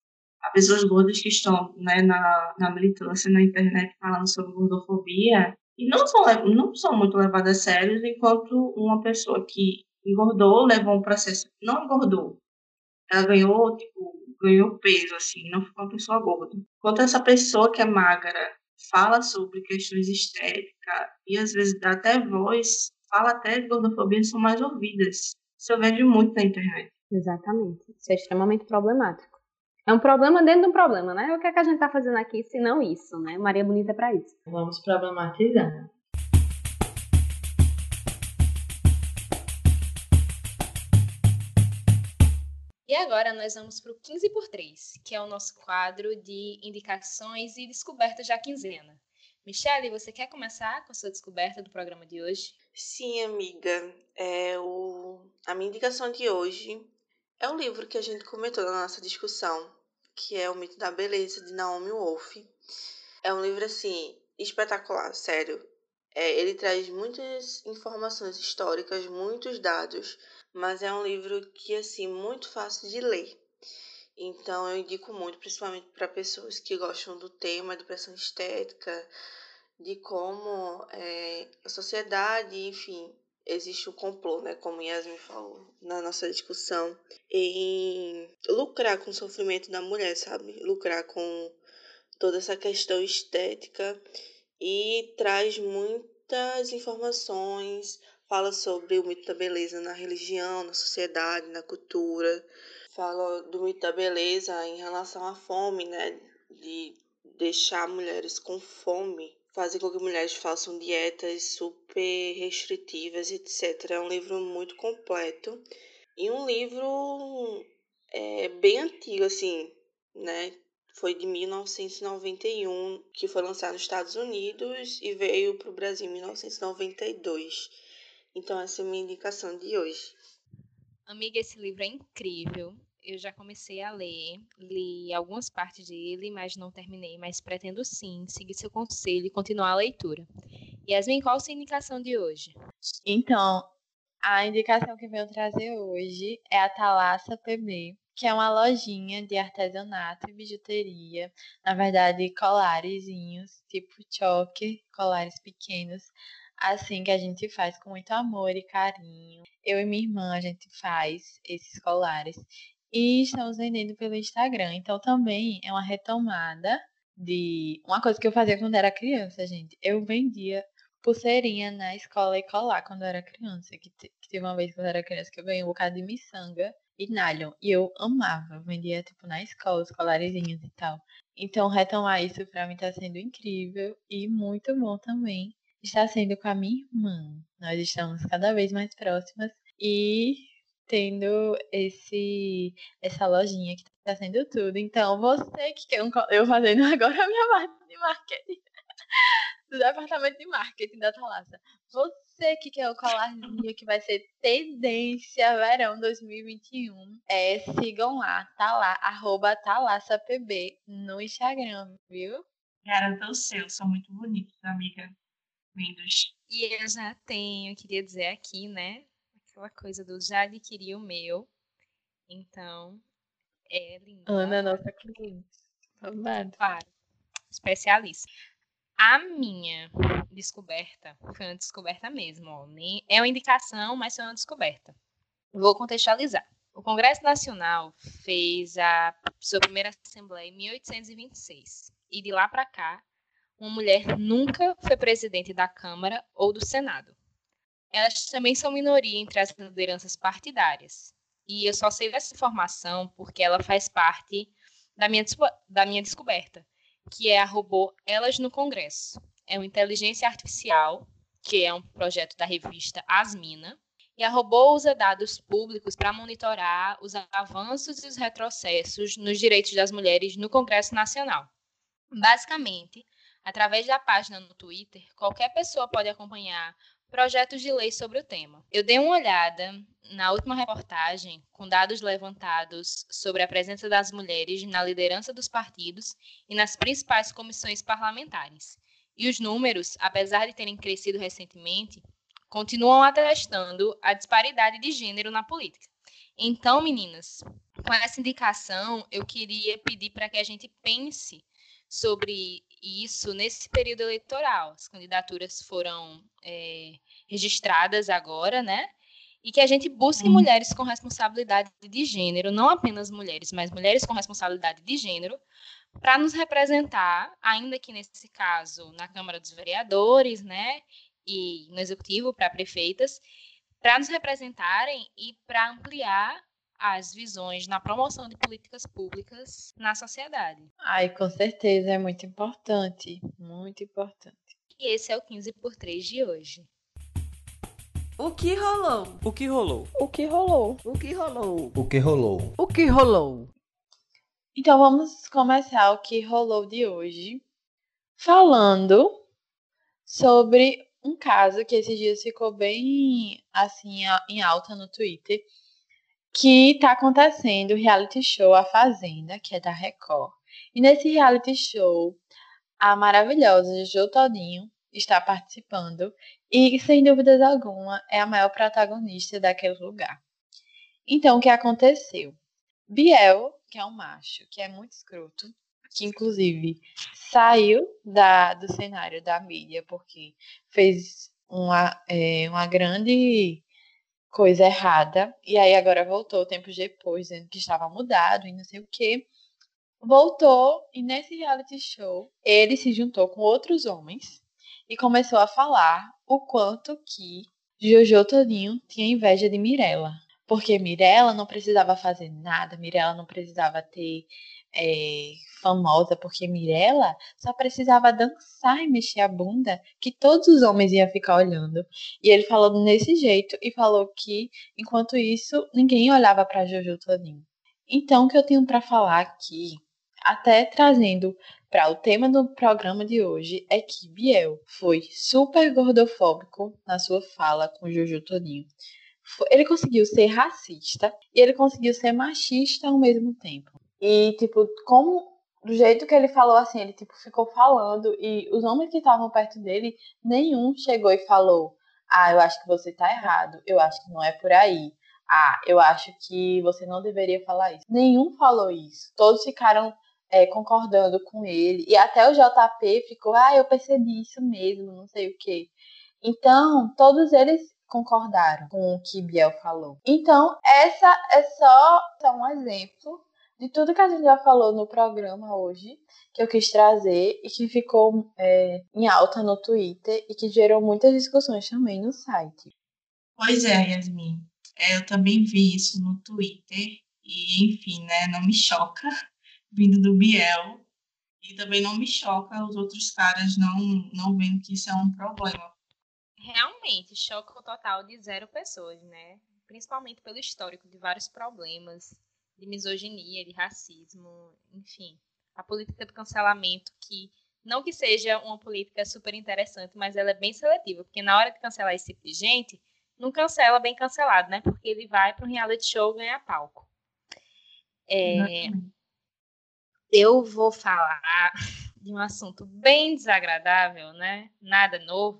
a pessoas gordas que estão, né, na, na militância na internet falando sobre gordofobia e não são, não são muito levadas a sério, enquanto uma pessoa que engordou, levou um processo, não engordou, ela ganhou, tipo, ganhou peso, assim, não ficou uma pessoa gorda. Enquanto essa pessoa que é magra fala sobre questões estéticas e às vezes dá até voz, fala até de gordofobia, são mais ouvidas. Isso eu vejo muito na internet. Exatamente. Isso é extremamente problemático. É um problema dentro de um problema, né? O que é que a gente tá fazendo aqui se não isso, né? Maria Bonita é pra isso. Vamos problematizar. agora nós vamos para o quinze por três, que é o nosso quadro de indicações e descobertas da quinzena. Michele, você quer começar com a sua descoberta do programa de hoje? Sim, amiga. É o... A minha indicação de hoje é o livro que a gente comentou na nossa discussão, que é O Mito da Beleza, de Naomi Wolf. É um livro, assim, espetacular, sério. É, ele traz muitas informações históricas, muitos dados, mas é um livro que, assim, muito fácil de ler. Então, eu indico muito, principalmente para pessoas que gostam do tema, educação estética, de como é, a sociedade, enfim, existe o complô, né, como Yasmin falou na nossa discussão, em lucrar com o sofrimento da mulher, sabe? Lucrar com toda essa questão estética e traz muitas informações, fala sobre o mito da beleza na religião, na sociedade, na cultura, fala do mito da beleza em relação à fome, né, de deixar mulheres com fome, fazer com que mulheres façam dietas super restritivas, etcétera. É um livro muito completo e um livro é, bem antigo, assim, né? Foi de mil novecentos e noventa e um, que foi lançado nos Estados Unidos e veio para o Brasil em mil novecentos e noventa e dois. Então, essa é a minha indicação de hoje. Amiga, esse livro é incrível. Eu já comecei a ler, li algumas partes dele, mas não terminei, mas pretendo sim seguir seu conselho e continuar a leitura. Yasmin, qual a sua indicação de hoje? Então, a indicação que venho trazer hoje é a Thalassa P B, que é uma lojinha de artesanato e bijuteria. Na verdade, colarezinhos, tipo choque, colares pequenos, assim que a gente faz com muito amor e carinho. Eu e minha irmã, a gente faz esses colares. E estamos vendendo pelo Instagram. Então, também é uma retomada de uma coisa que eu fazia quando era criança, gente. Eu vendia pulseirinha na escola e colar quando eu era criança. Que, te, que teve uma vez quando eu era criança que eu ganhei um bocado de miçanga e nylon. E eu amava. Eu vendia, tipo, na escola, os colarezinhos e tal. Então, retomar isso pra mim tá sendo incrível e muito bom também. Está sendo com a minha irmã. Nós estamos cada vez mais próximas e tendo esse essa lojinha que tá sendo tudo. Então, você que quer um... Eu fazendo agora a minha parte de marketing. Do departamento de marketing da Thalassa. Você que quer o colarzinho que vai ser tendência verão dois mil e vinte e um, é, sigam lá, tá lá, arroba ThalassaPB no Instagram, viu? Garanta o seu, são muito bonitos, amiga. Lindos. E eu já tenho, queria dizer aqui, né? Aquela coisa do já adquiri o meu. Então, é lindo. Ana, nossa cliente. Amado. Claro, especialista. A minha descoberta foi uma descoberta mesmo, ó, nem, é uma indicação, mas foi uma descoberta. Vou contextualizar. O Congresso Nacional fez a sua primeira Assembleia em mil oitocentos e vinte e seis. E de lá para cá, uma mulher nunca foi presidente da Câmara ou do Senado. Elas também são minoria entre as lideranças partidárias. E eu só sei dessa informação porque ela faz parte da minha, da minha descoberta, que é a robô Elas no Congresso. É uma inteligência artificial, que é um projeto da revista Asmina, e a robô usa dados públicos para monitorar os avanços e os retrocessos nos direitos das mulheres no Congresso Nacional. Basicamente, através da página no Twitter, qualquer pessoa pode acompanhar projetos de lei sobre o tema. Eu dei uma olhada na última reportagem com dados levantados sobre a presença das mulheres na liderança dos partidos e nas principais comissões parlamentares. E os números, apesar de terem crescido recentemente, continuam atestando a disparidade de gênero na política. Então, meninas, com essa indicação, eu queria pedir para que a gente pense sobre isso nesse período eleitoral. As candidaturas foram é, registradas agora, né? E que a gente busque mulheres com responsabilidade de gênero, não apenas mulheres, mas mulheres com responsabilidade de gênero, para nos representar, ainda que nesse caso na Câmara dos Vereadores, né? E no Executivo para prefeitas, para nos representarem e para ampliar as visões na promoção de políticas públicas na sociedade. Ai, com certeza, é muito importante, muito importante. E esse é o quinze por três de hoje. O que rolou? O que rolou? O que rolou? O que rolou? O que rolou? O que rolou? Então vamos começar o que rolou de hoje falando sobre um caso que esses dias ficou bem assim em alta no Twitter, que está acontecendo o reality show A Fazenda, que é da Record. E nesse reality show, a maravilhosa Jojo Todinho está participando e, sem dúvidas alguma, é a maior protagonista daquele lugar. Então, o que aconteceu? Biel, que é um macho, que é muito escroto, que inclusive saiu da, do cenário da mídia porque fez uma, é, uma grande coisa errada, e aí agora voltou tempos depois, dizendo que estava mudado e não sei o que. Voltou, e nesse reality show, ele se juntou com outros homens e começou a falar o quanto que Jojo Todinho tinha inveja de Mirella. Porque Mirella não precisava fazer nada, Mirella não precisava ter é, famosa, porque Mirella só precisava dançar e mexer a bunda, que todos os homens iam ficar olhando. E ele falou desse jeito e falou que, enquanto isso, ninguém olhava para Jojo Todinho. Então, o que eu tenho para falar aqui, até trazendo para o tema do programa de hoje, é que Biel foi super gordofóbico na sua fala com Jojo Todinho. Ele conseguiu ser racista e ele conseguiu ser machista ao mesmo tempo. E, tipo, como do jeito que ele falou assim, ele tipo ficou falando e os homens que estavam perto dele, nenhum chegou e falou: ah, eu acho que você tá errado, eu acho que não é por aí, ah, eu acho que você não deveria falar isso. Nenhum falou isso. Todos ficaram é, concordando com ele. E até o J P ficou: ah, eu percebi isso mesmo, não sei o quê. Então, todos eles concordaram com o que Biel falou. Então, essa é só, só um exemplo de tudo que a gente já falou no programa hoje, que eu quis trazer e que ficou é, em alta no Twitter e que gerou muitas discussões também no site. Pois é, Yasmin. É, eu também vi isso no Twitter e, enfim, né, não me choca vindo do Biel e também não me choca os outros caras não, não vendo que isso é um problema. Realmente, choca o total de zero pessoas, né? Principalmente pelo histórico de vários problemas, de misoginia, de racismo, enfim. A política do cancelamento, que não que seja uma política super interessante, mas ela é bem seletiva, porque na hora de cancelar esse tipo de gente, não cancela bem cancelado, né? Porque ele vai para um reality show ganhar palco. É, eu vou falar de um assunto bem desagradável, né? Nada novo,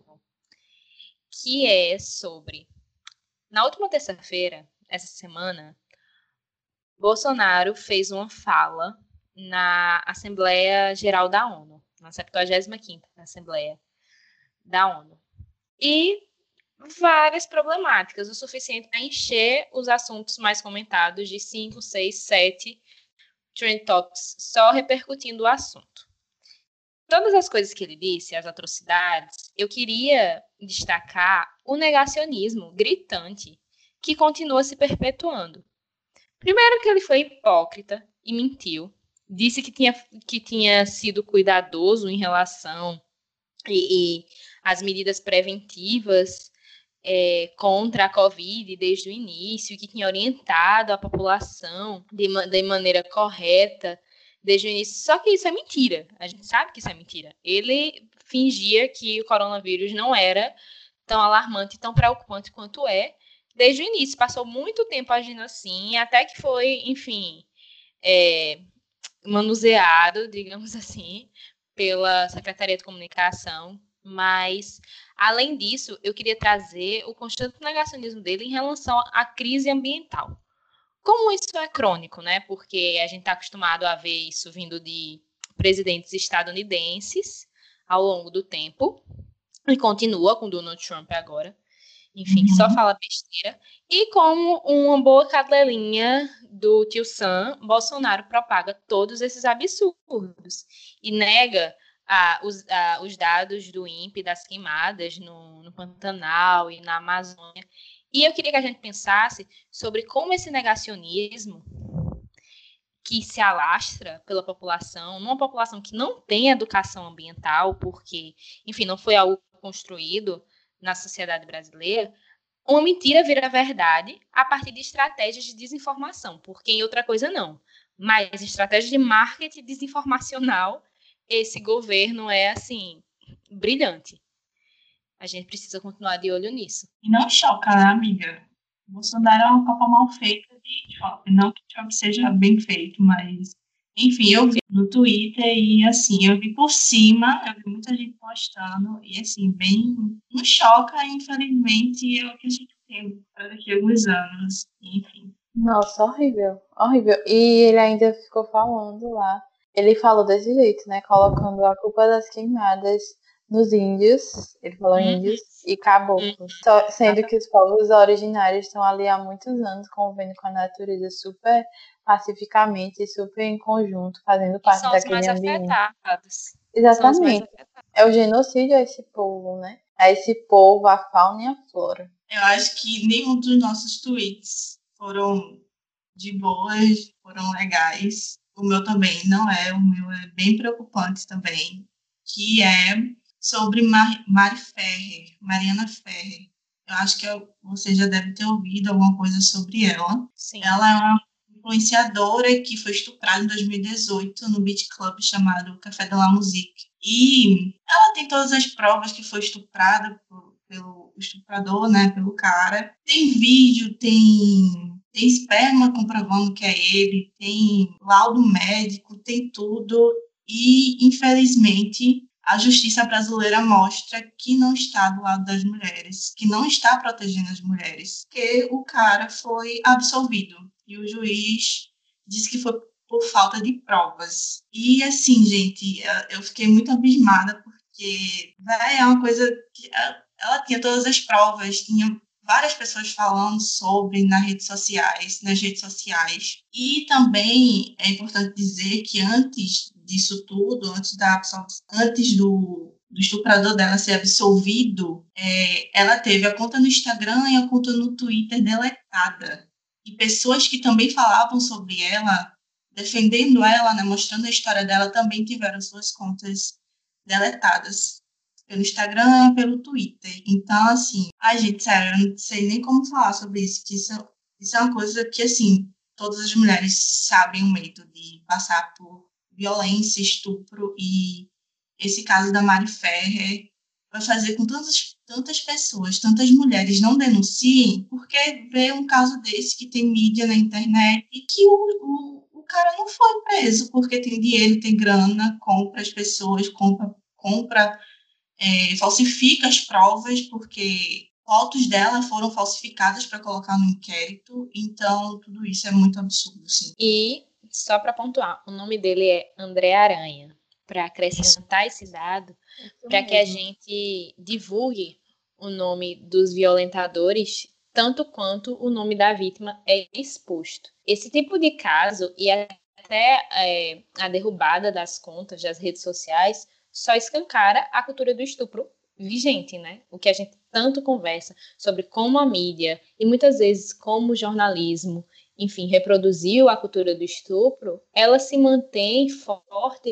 que é sobre... Na última terça-feira, essa semana, Bolsonaro fez uma fala na Assembleia Geral da ONU, na septuagésima quinta Assembleia da ONU. E várias problemáticas, o suficiente para encher os assuntos mais comentados de cinco, seis, sete Trend Topics, só repercutindo o assunto. Todas as coisas que ele disse, as atrocidades, eu queria destacar o negacionismo gritante que continua se perpetuando. Primeiro que ele foi hipócrita e mentiu. Disse que tinha, que tinha sido cuidadoso em relação e, e as medidas preventivas é, contra a Covid desde o início, e que tinha orientado a população de, de maneira correta desde o início. Só que isso é mentira. A gente sabe que isso é mentira. Ele fingia que o coronavírus não era tão alarmante, tão preocupante quanto é. Desde o início, passou muito tempo agindo assim, até que foi, enfim, é, manuseado, digamos assim, pela Secretaria de Comunicação. Mas, além disso, eu queria trazer o constante negacionismo dele em relação à crise ambiental. Como isso é crônico, né? Porque a gente está acostumado a ver isso vindo de presidentes estadunidenses ao longo do tempo, e continua com Donald Trump agora. Enfim, uhum. Só fala besteira. E como uma boa cadelinha do tio Sam, Bolsonaro propaga todos esses absurdos e nega ah, os, ah, os dados do INPE das queimadas no, no Pantanal e na Amazônia. E eu queria que a gente pensasse sobre como esse negacionismo que se alastra pela população, numa população que não tem educação ambiental, porque, enfim, não foi algo construído na sociedade brasileira, uma mentira vira verdade a partir de estratégias de desinformação, porque em outra coisa não. Mas estratégia de marketing desinformacional, esse governo é, assim, brilhante. A gente precisa continuar de olho nisso. E não choca, né, amiga? O Bolsonaro é uma copa mal feita de Trump. Não que Trump seja bem feito, mas... Enfim, eu vi no Twitter e, assim, eu vi por cima, eu vi muita gente postando, e, assim, bem... Não choca, infelizmente, é o que a gente tem para daqui a alguns anos, enfim. Nossa, horrível, horrível. E ele ainda ficou falando lá. Ele falou desse jeito, né? Colocando a culpa das queimadas nos índios. Ele falou Uhum. índios e caboclos. Só- sendo que os povos originários estão ali há muitos anos convivendo com a natureza super pacificamente e super em conjunto, fazendo E parte são os daquele mais ambiente. afetados. São os mais Exatamente. afetados. É o genocídio a esse povo, né? A esse povo, a fauna e a flora. Eu acho que nenhum dos nossos tweets foram de boas, foram legais. O meu também não é, o meu é bem preocupante também, que é sobre Mar Mari Ferrer, Mariana Ferrer. Eu acho que eu, você já deve ter ouvido alguma coisa sobre ela. Sim. Ela é uma influenciadora que foi estuprada em dois mil e dezoito no beat club chamado Café de la Musique. E ela tem todas as provas que foi estuprada por, pelo estuprador, né, pelo cara. Tem vídeo, tem, tem esperma comprovando que é ele, tem laudo médico, tem tudo. E, infelizmente, a justiça brasileira mostra que não está do lado das mulheres, que não está protegendo as mulheres, porque o cara foi absolvido. E o juiz disse que foi por falta de provas. E, assim, gente, eu fiquei muito abismada, porque véi, é uma coisa que ela tinha todas as provas, tinha várias pessoas falando sobre nas redes sociais, nas redes sociais. E também é importante dizer que antes disso tudo, antes da antes do, do estuprador dela ser absolvido, é, ela teve a conta no Instagram e a conta no Twitter deletada. E pessoas que também falavam sobre ela, defendendo ela, né, mostrando a história dela, também tiveram suas contas deletadas pelo Instagram e pelo Twitter. Então, assim, ai, gente, sério, eu não sei nem como falar sobre isso, que isso, isso é uma coisa que, assim, todas as mulheres sabem o medo de passar por violência, estupro, e esse caso da Mari Ferrer vai fazer com tantas, tantas pessoas, tantas mulheres não denunciem, porque vê um caso desse que tem mídia na internet e que o, o, o cara não foi preso porque tem dinheiro, tem grana, compra as pessoas, compra, compra é, falsifica as provas, porque fotos dela foram falsificadas para colocar no inquérito, então tudo isso é muito absurdo, sim. E, só para pontuar, o nome dele é André Aranha, para acrescentar esse dado, para que a gente divulgue o nome dos violentadores tanto quanto o nome da vítima é exposto. Esse tipo de caso e até é, a derrubada das contas das redes sociais só escancara a cultura do estupro vigente, né? O que a gente tanto conversa sobre como a mídia e muitas vezes como o jornalismo, enfim, reproduziu a cultura do estupro, ela se mantém forte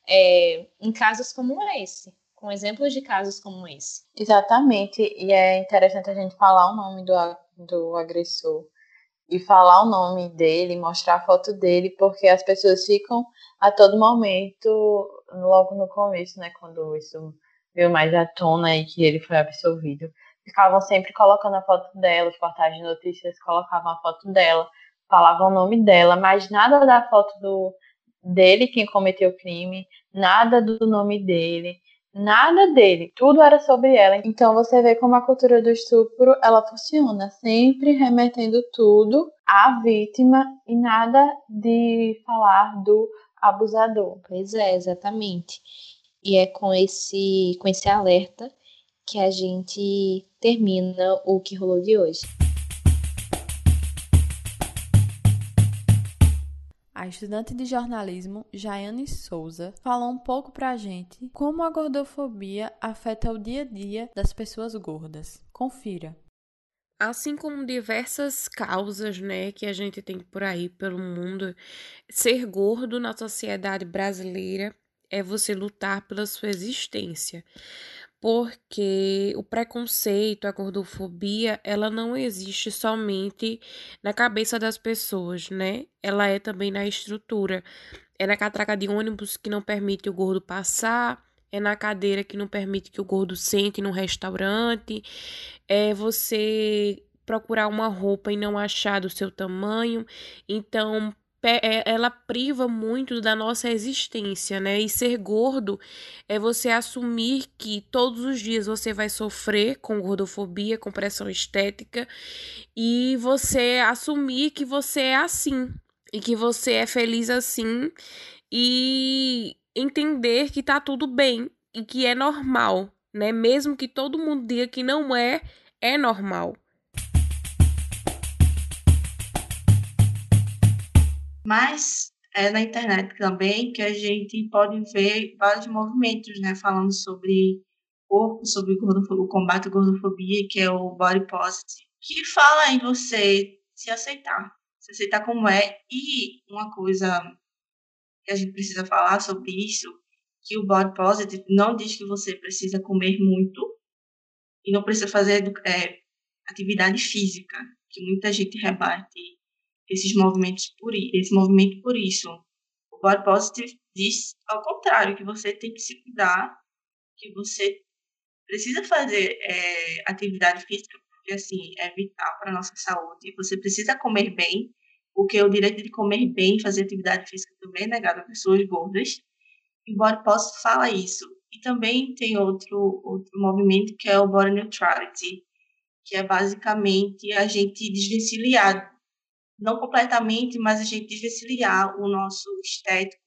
é, em casos como esse, com exemplos de casos como esse. Exatamente, e é interessante a gente falar o nome do, do agressor e falar o nome dele, mostrar a foto dele, porque as pessoas ficam a todo momento, logo no começo, né, quando isso veio mais à tona e que ele foi absolvido, ficavam sempre colocando a foto dela, os portais de notícias colocavam a foto dela, falavam o nome dela, mas nada da foto do, dele, quem cometeu o crime, nada do nome dele, nada dele, tudo era sobre ela. Então você vê como a cultura do estupro, ela funciona, sempre remetendo tudo à vítima e nada de falar do abusador. Pois é, exatamente. E é com esse, com esse alerta que a gente termina o que rolou de hoje. A estudante de jornalismo, Jaiane Souza, falou um pouco pra gente como a gordofobia afeta o dia a dia das pessoas gordas. Confira. Assim como diversas causas, né, que a gente tem por aí pelo mundo, ser gordo na sociedade brasileira é você lutar pela sua existência. porque o preconceito, a gordofobia, ela não existe somente na cabeça das pessoas, né? Ela é também na estrutura. É na catraca de ônibus que não permite o gordo passar, é na cadeira que não permite que o gordo sente no restaurante, é você procurar uma roupa e não achar do seu tamanho. Então, ela priva muito da nossa existência, né? E ser gordo é você assumir que todos os dias você vai sofrer com gordofobia, com pressão estética, e você assumir que você é assim, e que você é feliz assim, e entender que tá tudo bem, e que é normal, né? Mesmo que todo mundo diga que não é, é normal. Mas é na internet também que a gente pode ver vários movimentos, né, falando sobre corpo, sobre o combate à gordofobia, que é o Body Positive, que fala em você se aceitar, se aceitar como é. E uma coisa que a gente precisa falar sobre isso, que o Body Positive não diz que você precisa comer muito e não precisa fazer é, atividade física, que muita gente rebate esses movimentos por esse movimento por isso. O Body Positive diz ao contrário, que você tem que se cuidar, que você precisa fazer é, atividade física, porque assim é vital para a nossa saúde. Você precisa comer bem, porque o direito de comer bem e fazer atividade física também é negado a pessoas gordas. E o Body Positive fala isso. E também tem outro, outro movimento que é o Body Neutrality, que é basicamente a gente desvencilhar, não completamente, mas a gente desvencilhar o nosso estético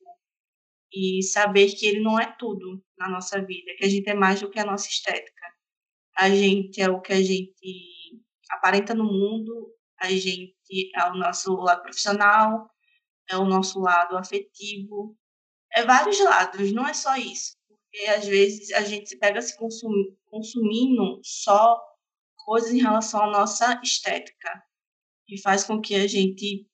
e saber que ele não é tudo na nossa vida, que a gente é mais do que a nossa estética. A gente é o que a gente aparenta no mundo, a gente é o nosso lado profissional, é o nosso lado afetivo, é vários lados, não é só isso. Porque às vezes a gente se pega se consumi- consumindo só coisas em relação à nossa estética, e faz com que a gente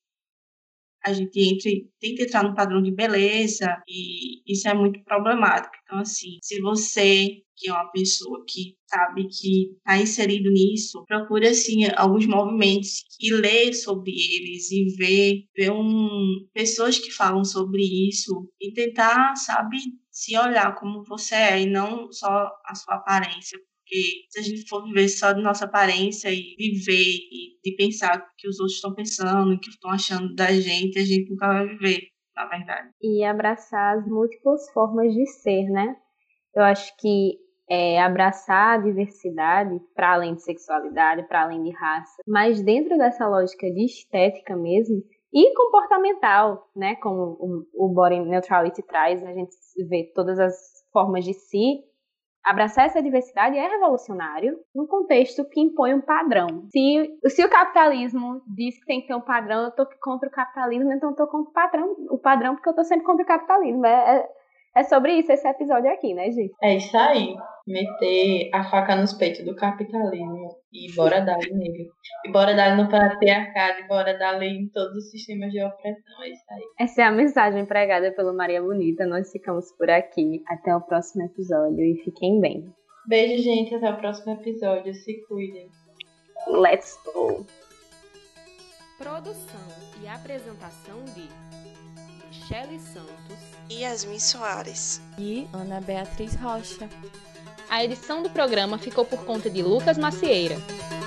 a gente entre, tente entrar no padrão de beleza, e isso é muito problemático. Então, assim, se você, que é uma pessoa que sabe que está inserido nisso, procure, assim, alguns movimentos e ler sobre eles e ver, ver um, pessoas que falam sobre isso e tentar, sabe, se olhar como você é e não só a sua aparência. Porque se a gente for viver só de nossa aparência e viver e de pensar o que os outros estão pensando, o que estão achando da gente, a gente nunca vai viver, na verdade. E abraçar as múltiplas formas de ser, né? Eu acho que é abraçar a diversidade para além de sexualidade, para além de raça, mas dentro dessa lógica de estética mesmo e comportamental, né? Como o, o Body Neutrality traz, a gente vê todas as formas de si. Abraçar essa diversidade é revolucionário num contexto que impõe um padrão. Se, se o capitalismo diz que tem que ter um padrão, eu estou contra o capitalismo, então eu estou contra o padrão, o padrão porque eu estou sempre contra o capitalismo. É, é, é sobre isso esse episódio aqui, né, gente? É isso aí. Meter a faca nos peitos do capitalismo e bora dar nele. E bora dar no patriarcado, e bora dar lei em todos os sistemas de opressão. É isso aí. Essa é a mensagem pregada pelo Maria Bonita. Nós ficamos por aqui. Até o próximo episódio e fiquem bem. Beijo, gente. Até o próximo episódio. Se cuidem. Let's go! Produção e apresentação de Michele Santos e Yasmin Soares e Ana Beatriz Rocha. A edição do programa ficou por conta de Lucas Macieira.